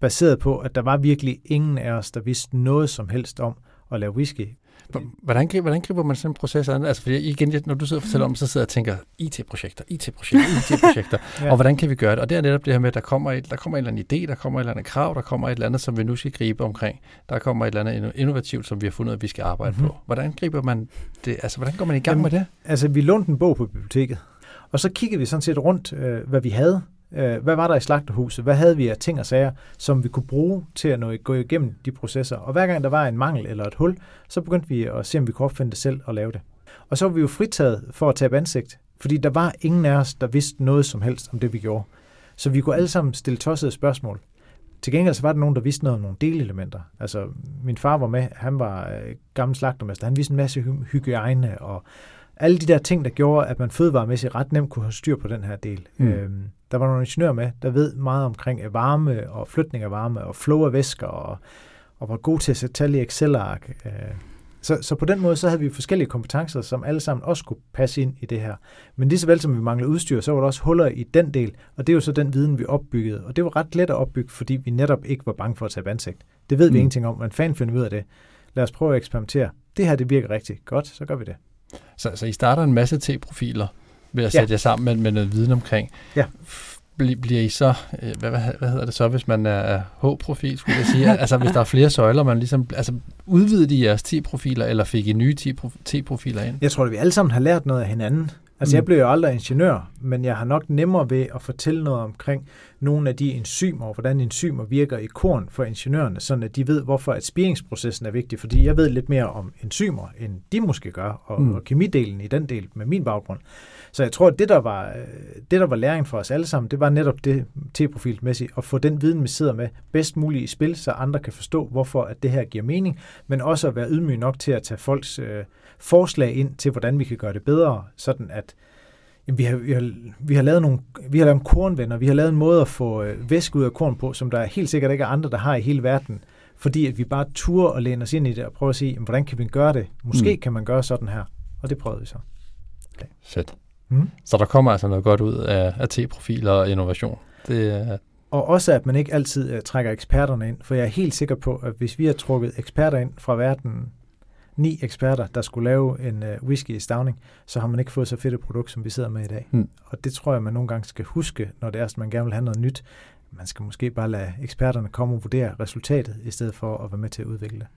baseret på, at der var virkelig ingen af os, der vidste noget som helst om at lave whisky. Hvordan griber, hvordan griber man sådan en proces an? Altså, fordi igen, når du sidder og fortæller om, så sidder jeg og tænker, I T-projekter, I T-projekter, I T-projekter, ja. Og hvordan kan vi gøre det? Og det er netop det her med, at der kommer, et, der kommer en eller anden idé, der kommer et eller andet krav, der kommer et eller andet, som vi nu skal gribe omkring. Der kommer et eller andet innovativt, som vi har fundet, at vi skal arbejde mm-hmm. på. Hvordan griber man det? Altså, hvordan går man i gang Jamen, med det? Altså, vi lånte en bog på biblioteket, og så kiggede vi sådan set rundt, øh, hvad vi havde. Hvad var der i slagterhuset? Hvad havde vi af ting og sager, som vi kunne bruge til at nå, gå igennem de processer? Og hver gang der var en mangel eller et hul, så begyndte vi at se, om vi kunne opfinde det selv og lave det. Og så var vi jo fritaget for at tabe ansigt, fordi der var ingen af os, der vidste noget som helst om det, vi gjorde. Så vi kunne alle sammen stille tossede spørgsmål. Til gengæld så var der nogen, der vidste noget om nogle delelementer. Altså, min far var med, han var øh, gammel slagtermester, han vidste en masse hy- hygiejne og alle de der ting, der gjorde, at man fødevaremæssigt ret nemt kunne have styr på den her del. Mm. Øhm, der var nogle ingeniører med, der ved meget omkring varme og flytning af varme og flow af væsker og, og var gode til at sætte tal i Excel-ark. Øh, så, så på den måde, så havde vi forskellige kompetencer, som alle sammen også kunne passe ind i det her. Men lige så vel som vi manglede udstyr, så var der også huller i den del, og det er jo så den viden, vi opbyggede. Og det var ret let at opbygge, fordi vi netop ikke var bange for at tabe ansigt. Det ved mm. vi ingenting om, men fanden finder ud af det. Lad os prøve at eksperimentere. Det her, det virker rigtig godt, så gør vi det. Så, så I starter en masse T-profiler ved at sætte ja. jer sammen med, med noget viden omkring. Ja. Bl- bliver I så, hvad, hvad, hvad hedder det så, hvis man er H-profil, skulle jeg sige? Altså hvis der er flere søjler, man ligesom, altså udvidede I jeres T-profiler, eller fik I nye T-profiler ind? Jeg tror, at vi alle sammen har lært noget af hinanden. Altså, jeg blev jo aldrig ingeniør, men jeg har nok nemmere ved at fortælle noget omkring nogle af de enzymer, og hvordan enzymer virker i korn for ingeniørerne, sådan at de ved, hvorfor at spiringsprocessen er vigtig, fordi jeg ved lidt mere om enzymer, end de måske gør, og, mm. og kemidelen i den del med min baggrund. Så jeg tror, at det, der var, det, der var læring for os alle sammen, det var netop det T-profilmæssigt, at få den viden, vi sidder med, bedst muligt i spil, så andre kan forstå, hvorfor at det her giver mening, men også at være ydmyg nok til at tage folks øh, forslag ind til, hvordan vi kan gøre det bedre, sådan at jamen, vi, har, vi, har, vi har lavet nogle, vi har lavet kornvenner, vi har lavet en måde at få øh, væske ud af korn på, som der helt sikkert ikke er andre, der har i hele verden, fordi at vi bare turer og læner os ind i det og prøver at sige, jamen, hvordan kan vi gøre det? Måske mm. kan man gøre sådan her, og det prøvede vi så. Okay. Fedt. Mm. Så der kommer altså noget godt ud af, af T-profiler og innovation. Det er... Og også, at man ikke altid uh, trækker eksperterne ind, for jeg er helt sikker på, at hvis vi har trukket eksperter ind fra verden, ni eksperter, der skulle lave en uh, whisky i stavning, så har man ikke fået så fedt et produkt, som vi sidder med i dag. Mm. Og det tror jeg, man nogle gange skal huske, når det er, at man gerne vil have noget nyt. Man skal måske bare lade eksperterne komme og vurdere resultatet, i stedet for at være med til at udvikle det.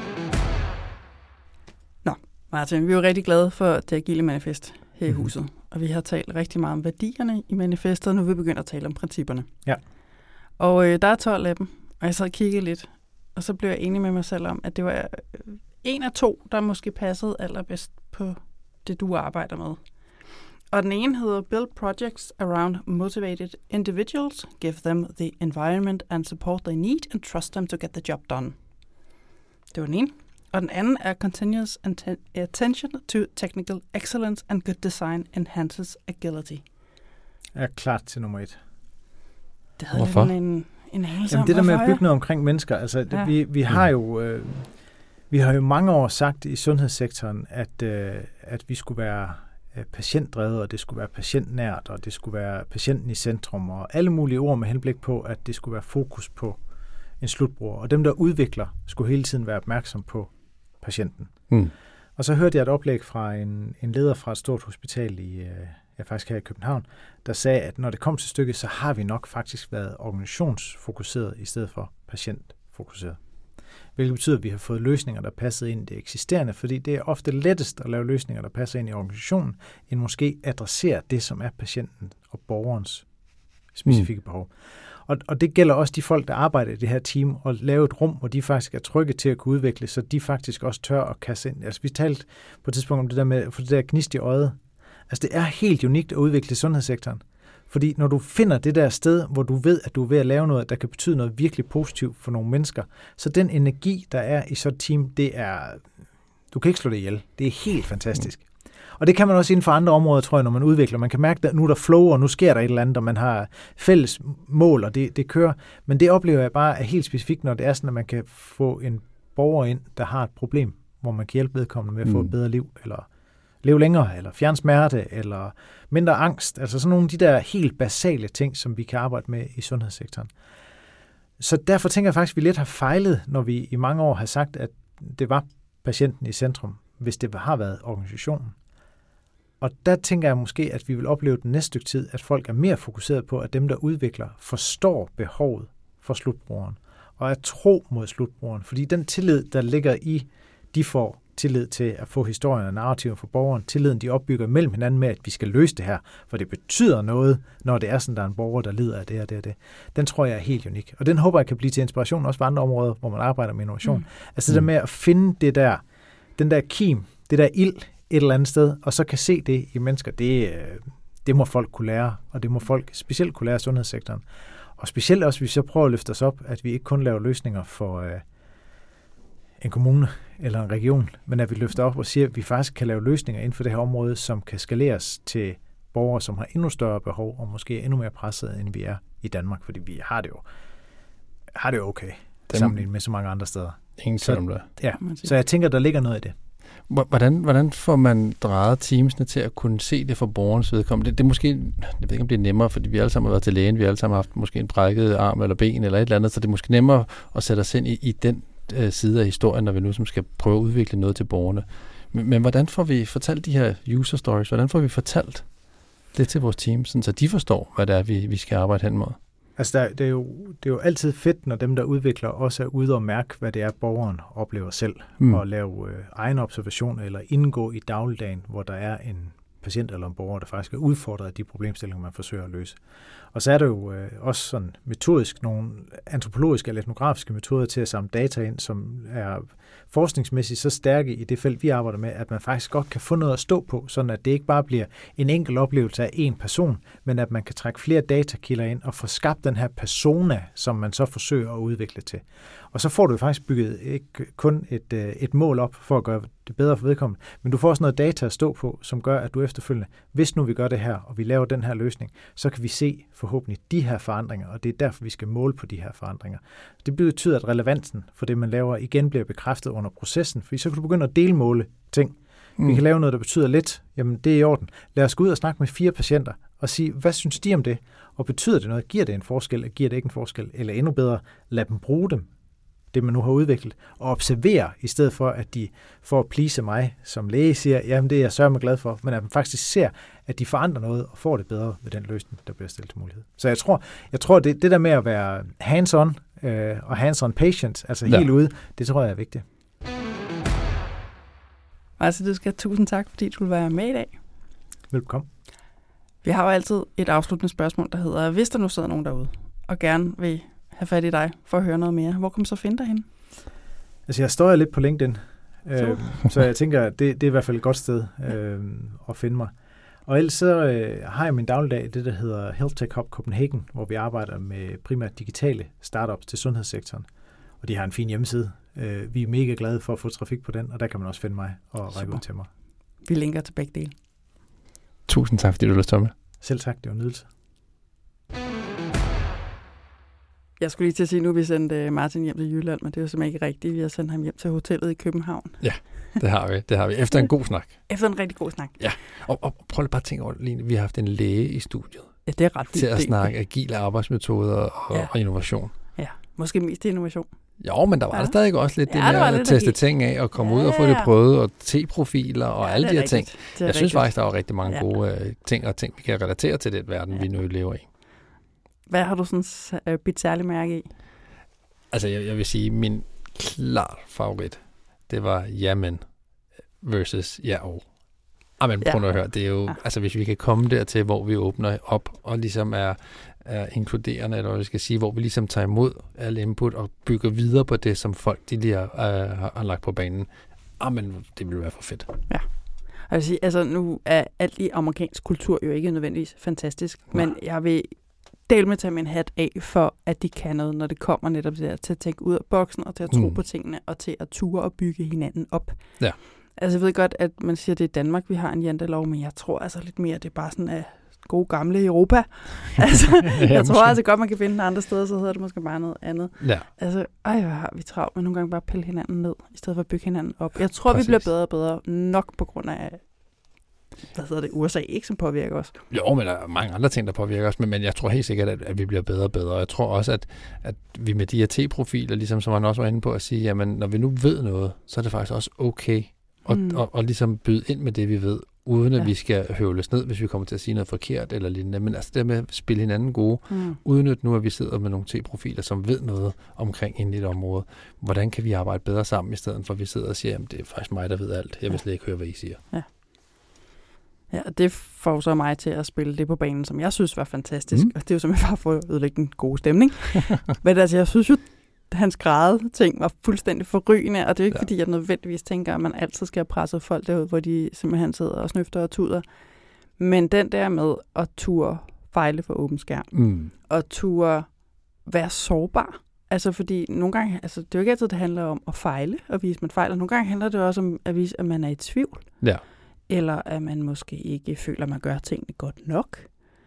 Nå, Martin, vi er jo rigtig glade for det agile manifest her i huset. Mm-hmm. Og vi har talt rigtig meget om værdierne i manifestet, og nu vil vi begynde at tale om principperne. Ja. Og øh, der er tolv af dem, og jeg sad og kiggede lidt, og så blev jeg enig med mig selv om, at det var øh, en af to, der måske passede allerbedst på det, du arbejder med. Og den ene hedder Build Projects Around Motivated Individuals, Give Them the Environment and Support They Need, and Trust Them to Get the Job Done. Det var den ene. Og den anden er Continuous Attention to Technical Excellence and Good Design Enhances Agility. Jeg er klart til nummer et. Det havde Hvorfor? en, en anelse om. Det der med at bygge noget omkring mennesker, altså ja. det, vi, vi har jo øh, vi har jo mange år sagt i sundhedssektoren, at, øh, at vi skulle være øh, patientdrevet, og det skulle være patientnært, og det skulle være patienten i centrum, og alle mulige ord med henblik på, at det skulle være fokus på en slutbruger. Og dem, der udvikler, skulle hele tiden være opmærksom på patienten. Mm. Og så hørte jeg et oplæg fra en, en leder fra et stort hospital i, ja, faktisk her i København, der sagde, at når det kom til stykket, så har vi nok faktisk været organisationsfokuseret i stedet for patientfokuseret. Hvilket betyder, at vi har fået løsninger, der passer ind i det eksisterende, fordi det er ofte lettest at lave løsninger, der passer ind i organisationen, end måske adressere det, som er patienten og borgerens specifikke mm. behov. Og, og det gælder også de folk, der arbejder i det her team, og lave et rum, hvor de faktisk er trygge til at kunne udvikle, så de faktisk også tør at kaste ind. Altså vi talte på et tidspunkt om det der med, for det der gnist i øjet. Altså det er helt unikt at udvikle sundhedssektoren. Fordi når du finder det der sted, hvor du ved, at du er ved at lave noget, der kan betyde noget virkelig positivt for nogle mennesker, så den energi, der er i sådan et team, det er, du kan ikke slå det ihjel. Det er helt fantastisk. Og det kan man også inden for andre områder, tror jeg, når man udvikler. Man kan mærke, at nu er der flow, og nu sker der et eller andet, og man har fælles mål, og det, det kører. Men det oplever jeg bare er helt specifikt, når det er sådan, at man kan få en borger ind, der har et problem, hvor man kan hjælpe vedkommende med at få et bedre liv, eller leve længere, eller fjerne smerte, eller mindre angst. Altså sådan nogle af de der helt basale ting, som vi kan arbejde med i sundhedssektoren. Så derfor tænker jeg faktisk, at vi lidt har fejlet, når vi i mange år har sagt, at det var patienten i centrum, hvis det har været organisationen. Og der tænker jeg måske, at vi vil opleve den næste stykke tid, at folk er mere fokuseret på, at dem, der udvikler, forstår behovet for slutbrugeren, og er tro mod slutbrugeren. Fordi den tillid, der ligger i, de får tillid til at få historien og narrativen for borgeren, tilliden, de opbygger mellem hinanden med, at vi skal løse det her, for det betyder noget, når det er sådan, der er en borger, der lider af det og det og det. Den tror jeg er helt unik. Og den håber jeg kan blive til inspiration også på andre områder, hvor man arbejder med innovation. Mm. Altså det der med at finde det der, den der kim, det der ild et eller andet sted, og så kan se det i mennesker, det, det må folk kunne lære, og det må folk specielt kunne lære af sundhedssektoren. Og specielt også, hvis jeg prøver at løfte os op, at vi ikke kun laver løsninger for øh, en kommune eller en region, men at vi løfter op og siger, at vi faktisk kan lave løsninger inden for det her område, som kan skaleres til borgere, som har endnu større behov, og måske endnu mere presset, end vi er i Danmark, fordi vi har det jo, har det jo okay, Den, sammenlignet med så mange andre steder. Ingen tvivl om det. Ja, så jeg tænker, der ligger noget i det. Hvordan, hvordan får man drejet teamsene til at kunne se det for borgernes vedkommende? Det, det er måske, jeg ved ikke, om det er nemmere, fordi vi alle sammen har været til lægen, vi alle sammen har haft måske en brækket arm eller ben eller et eller andet, så det er måske nemmere at sætte os ind i, i den øh, side af historien, når vi nu som skal prøve at udvikle noget til borgerne. Men, men hvordan får vi fortalt de her user stories? Hvordan får vi fortalt det til vores team, så de forstår, hvad det er, vi, vi skal arbejde hen mod? Altså, der, det, er jo, det er jo altid fedt, når dem, der udvikler, også er ude og mærke, hvad det er, borgeren oplever selv, mm. og lave øh, egen observation eller indgå i dagligdagen, hvor der er en patient eller en borger, der faktisk er udfordret af de problemstillinger, man forsøger at løse. Og så er der jo øh, også sådan metodisk nogle antropologiske eller etnografiske metoder til at samle data ind, som er forskningsmæssigt så stærke i det felt, vi arbejder med, at man faktisk godt kan få noget at stå på, sådan at det ikke bare bliver en enkelt oplevelse af en person, men at man kan trække flere datakilder ind og få skabt den her persona, som man så forsøger at udvikle til. Og så får du faktisk bygget ikke kun et, et mål op for at gøre det bedre for vedkommende, men du får også noget data at stå på, som gør, at du efterfølgende, hvis nu vi gør det her, og vi laver den her løsning, så kan vi se forhåbentlig de her forandringer, og det er derfor, vi skal måle på de her forandringer. Det betyder, at relevansen for det, man laver, igen bliver bekræftet under processen, for så kan du begynde at delmåle ting. Mm. Vi kan lave noget, der betyder lidt, jamen det er i orden. Lad os gå ud og snakke med fire patienter, og sige, hvad synes de om det? Og betyder det noget? Giver det en forskel, eller giver det ikke en forskel? Eller endnu bedre, lad dem bruge dem, det man nu har udviklet, og observere, i stedet for, at de for at please mig som læge siger, jamen det er jeg sørme glad for, men at man faktisk ser, at de forandrer noget, og får det bedre med den løsning, der bliver stillet til mulighed. Så jeg tror, jeg tror det, det der med at være hands-on, øh, og hands-on patient, altså ja. Helt ude, det tror jeg er vigtigt. Altså, du skal have tusind tak, fordi du vil være med i dag. Velkommen. Vi har jo altid et afsluttende spørgsmål, der hedder, hvis der nu sidder nogen derude, og gerne vil have fat i dig for at høre noget mere, hvor kan man så finde dig henne? Altså, jeg står lidt på LinkedIn, øh, så jeg tænker, det, det er i hvert fald et godt sted øh, at finde mig. Og ellers så øh, har jeg min dagligdag i det, der hedder Health Tech Hub Copenhagen, hvor vi arbejder med primært digitale startups til sundhedssektoren. Og de har en fin hjemmeside. Øh, vi er mega glade for at få trafik på den, og der kan man også finde mig og række ud til mig. Vi linker til begge dele. Tusind tak, fordi du lyst til med. Selv tak, det var en nydelse. Jeg skulle lige til at sige, nu vi sendte Martin hjem til Jylland, men det er jo simpelthen ikke rigtigt. Vi har sendt ham hjem til hotellet i København. Ja, det har vi. Det har vi. Efter en god snak. Efter en rigtig god snak. Ja, og, og prøv lige bare at tænke over, Line, vi har haft en læge i studiet. Ja, det er ret til at snakke agile arbejdsmetoder og, ja. og innovation. Ja, måske mest innovation. Jo, men der var ja. der stadig også lidt ja, det med at lidt teste ting af og komme ja, ud og få det prøvet og T-profiler og ja, alle de her rigtigt. ting. Jeg rigtigt. synes faktisk, der var rigtig mange ja. gode uh, ting og ting, vi kan relatere til den verden, ja. vi nu lever i. Hvad har du sådan uh, bidt særlig mærke i? Altså, jeg, jeg vil sige, min klar favorit, det var jamen versus ja og. Amen, prøv ja. at høre, det er jo, ja. altså hvis vi kan komme dertil, hvor vi åbner op og ligesom er, er inkluderende, eller hvad vi skal sige, hvor vi ligesom tager imod alle input og bygger videre på det, som folk de lige har, uh, har, har lagt på banen. Amen, det ville være for fedt. Ja. Jeg vil sige, altså nu er alt i amerikansk kultur jo ikke nødvendigvis fantastisk, ja. men jeg vil del med at tage min hat af for, at de kan noget, når det kommer netop der, til at tænke ud af boksen, og til at tro mm. på tingene, og til at ture og bygge hinanden op. Ja. Altså jeg ved godt, at man siger, at det er Danmark, vi har en jantelov, men jeg tror altså lidt mere, at det er bare sådan af gode gamle Europa. altså, ja, jeg tror altså godt, man kan finde den andre steder, så hedder det måske bare noget andet. Ja. Altså, ej, hvad har vi travlt, men nogle gange bare pille hinanden ned, i stedet for at bygge hinanden op. Jeg tror, Præcis. vi bliver bedre og bedre, nok på grund af hvad hedder det, U S A ikke, som påvirker os. Jo, men der er mange andre ting, der påvirker os, men, men jeg tror helt sikkert, at, at vi bliver bedre og bedre. Jeg tror også, at, at vi med de her T-profiler, ligesom som man også var inde på at sige, jamen når vi nu ved noget, så er det faktisk også okay at mm. og, og ligesom byde ind med det, vi ved, uden at ja. vi skal høvles ned, hvis vi kommer til at sige noget forkert eller lignende. Men altså det med at spille hinanden gode, mm. udnyt nu, at vi sidder med nogle T-profiler, som ved noget omkring ind i et område. Hvordan kan vi arbejde bedre sammen, i stedet for at vi sidder og siger, jamen det er faktisk mig, der ved alt. Jeg vil slet ikke høre, hvad I siger. Ja. Ja, og det får så mig til at spille det på banen, som jeg synes var fantastisk. Mm. Og det er jo simpelthen bare for at ødelægge den gode stemning. Men altså, jeg synes jo, hans græde ting var fuldstændig forrygende, og det er ikke, ja. fordi jeg nødvendigvis tænker, at man altid skal have presset folk derud, hvor de simpelthen sidder og snøfter og tuder. Men den der med at ture fejle for åben skærm, mm. og ture være sårbar. Altså fordi nogle gange, altså det er jo ikke altid, det handler om at fejle og vise, at man fejler. Nogle gange handler det også om at vise, at man er i tvivl. Ja. Eller at man måske ikke føler, at man gør tingene godt nok.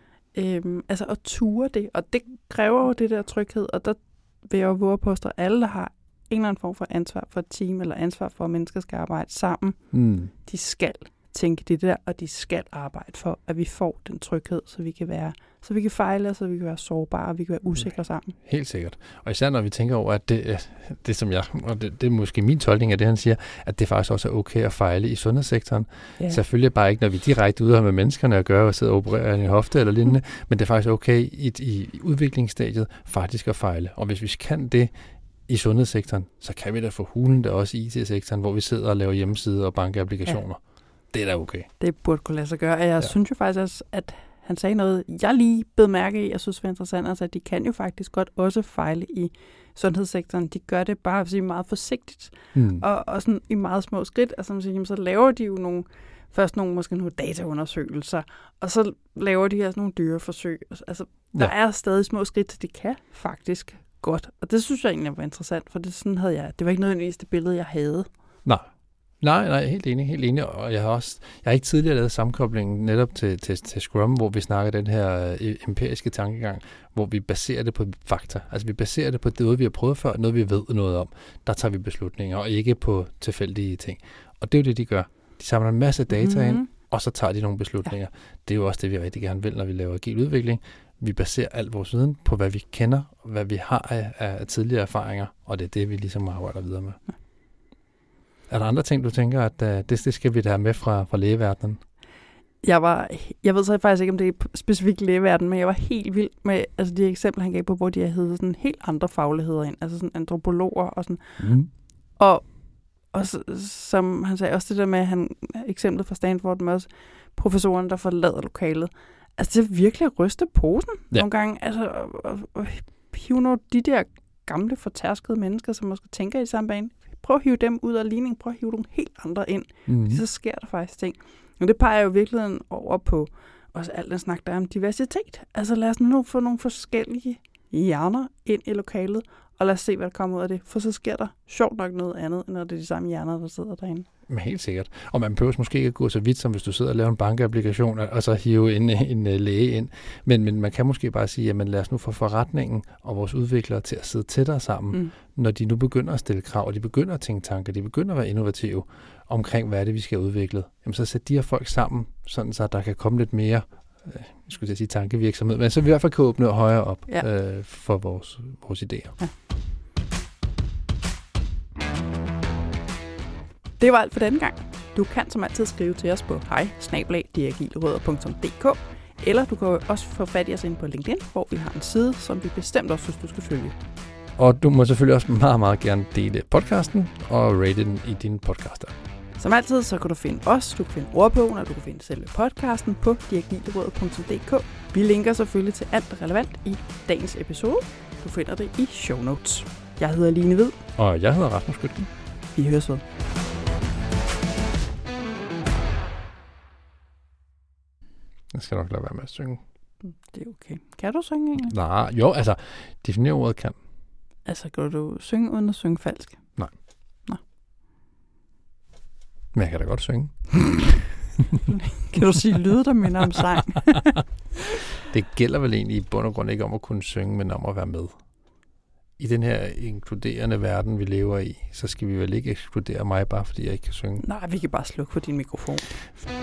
Øhm, altså at ture det, og det kræver jo det der tryghed, og der vil jeg jo våge på, at alle, der har en eller anden form for ansvar for et team, eller ansvar for, at mennesker skal arbejde sammen, mm. de skal tænke det der, og de skal arbejde for, at vi får den tryghed, så vi kan være, så vi kan fejle, så vi kan være sårbare, og vi kan være usikre sammen. Helt sikkert. Og især når vi tænker over, at det, det som jeg, og det, det er måske min tolkning af det, han siger, at det faktisk også er okay at fejle i sundhedssektoren. Ja. Selvfølgelig bare ikke, når vi direkte ude med menneskerne at gøre, og sidder og opererer i en hofte eller lignende, mm. men det er faktisk okay i, i, i udviklingsstadiet faktisk at fejle. Og hvis vi kan det i sundhedssektoren, så kan vi da få hulen der også i I T-sektoren, hvor vi sidder og laver hjemmesider og bankeapplikationer. Ja. Det er da okay. Det burde kunne lade sig gøre. Og jeg ja. synes jo faktisk også, at han sagde noget, jeg lige bed mærke i, jeg synes var interessant, altså at de kan jo faktisk godt også fejle i sundhedssektoren. De gør det bare sige, meget forsigtigt, mm. og, og sådan i meget små skridt. Altså man siger, jamen, så laver de jo nogle, først nogle, måske nogle dataundersøgelser, og så laver de altså nogle dyreforsøg. Altså der ja. er stadig små skridt, så de kan faktisk godt. Og det synes jeg egentlig var interessant, for det, sådan havde jeg, det var ikke nødvendigvis det billede, jeg havde. Nej. Nej, nej, helt enig, helt enig, og jeg har også, jeg har ikke tidligere lavet sammenkoblingen netop til, til, til Scrum, hvor vi snakker den her øh, empiriske tankegang, hvor vi baserer det på fakta. Altså vi baserer det på noget, vi har prøvet før, noget vi ved noget om. Der tager vi beslutninger, og ikke på tilfældige ting. Og det er jo det, de gør. De samler en masse data mm-hmm. ind, og så tager de nogle beslutninger. Ja. Det er jo også det, vi rigtig gerne vil, når vi laver agil udvikling. Vi baserer al vores viden på, hvad vi kender, og hvad vi har af, af tidligere erfaringer, og det er det, vi ligesom arbejder videre med. Ja. Er der andre ting, du tænker, at uh, det, det skal vi da have med fra, fra lægeverdenen? Jeg var, jeg ved så faktisk ikke, om det er specifikt lægeverden, men jeg var helt vild med altså de eksempler, han gav på, hvor de havde sådan helt andre fagligheder ind, altså sådan antropologer og sådan. Mm. Og, og som han sagde, også det der med, han eksemplet fra Stanford med også professoren, der forlader lokalet. Altså det er virkelig at ryste posen ja. nogle gange. Altså at, at hive nogle de der gamle, fortærskede mennesker, som måske tænker i samme bane. Prøv at hive dem ud af ligningen, prøv at hive nogle helt andre ind. Mm. Så sker der faktisk ting. Og det peger jo virkelig over på også alt den snak, der er om diversitet. Altså lad os nu få nogle forskellige hjerner ind i lokalet, og lad os se, hvad der kommer ud af det. For så sker der sjovt nok noget andet, end når det er de samme hjerner, der sidder derinde. Men helt sikkert. Og man behøver måske ikke at gå så vidt, som hvis du sidder og laver en bankapplikation, og så hive en, en, en læge ind. Men, men man kan måske bare sige, jamen lad os nu få forretningen og vores udviklere til at sidde tættere sammen, mm. når de nu begynder at stille krav, og de begynder at tænke tanker, de begynder at være innovative omkring, hvad er det, vi skal udvikle. Jamen så sæt de her folk sammen, sådan så der kan komme lidt mere, øh, jeg skulle sige tankevirksomhed, men så vi i hvert fald kan åbne højere op ja. øh, for vores, vores idéer. Ja. Det var alt for denne gang. Du kan som altid skrive til os på hej snabel-a diagilrødder punktum d k, eller du kan også få fat i os ind på LinkedIn, hvor vi har en side, som vi bestemt også synes, du skal følge. Og du må selvfølgelig også meget, meget gerne dele podcasten og rate den i dine podcaster. Som altid, så kan du finde os, du kan finde ordbogen, og du kan finde selve podcasten på diagilrødder punktum d k. Vi linker selvfølgelig til alt relevant i dagens episode. Du finder det i show notes. Jeg hedder Line Hvid. Og jeg hedder Rasmus Skytgen. Vi høres ved. Jeg skal nok lade være med at synge. Det er okay. Kan du synge egentlig? Nej, jo, altså, definere ordet kan. Altså, kan du synge uden at synge falsk? Nej. Nå. Men jeg kan da godt synge. Kan du sige lyde, der minder om sang? Det gælder vel egentlig i bund og grund ikke om at kunne synge, men om at være med. I den her inkluderende verden, vi lever i, så skal vi vel ikke ekskludere mig, bare fordi jeg ikke kan synge. Nej, vi kan bare slukke for din mikrofon.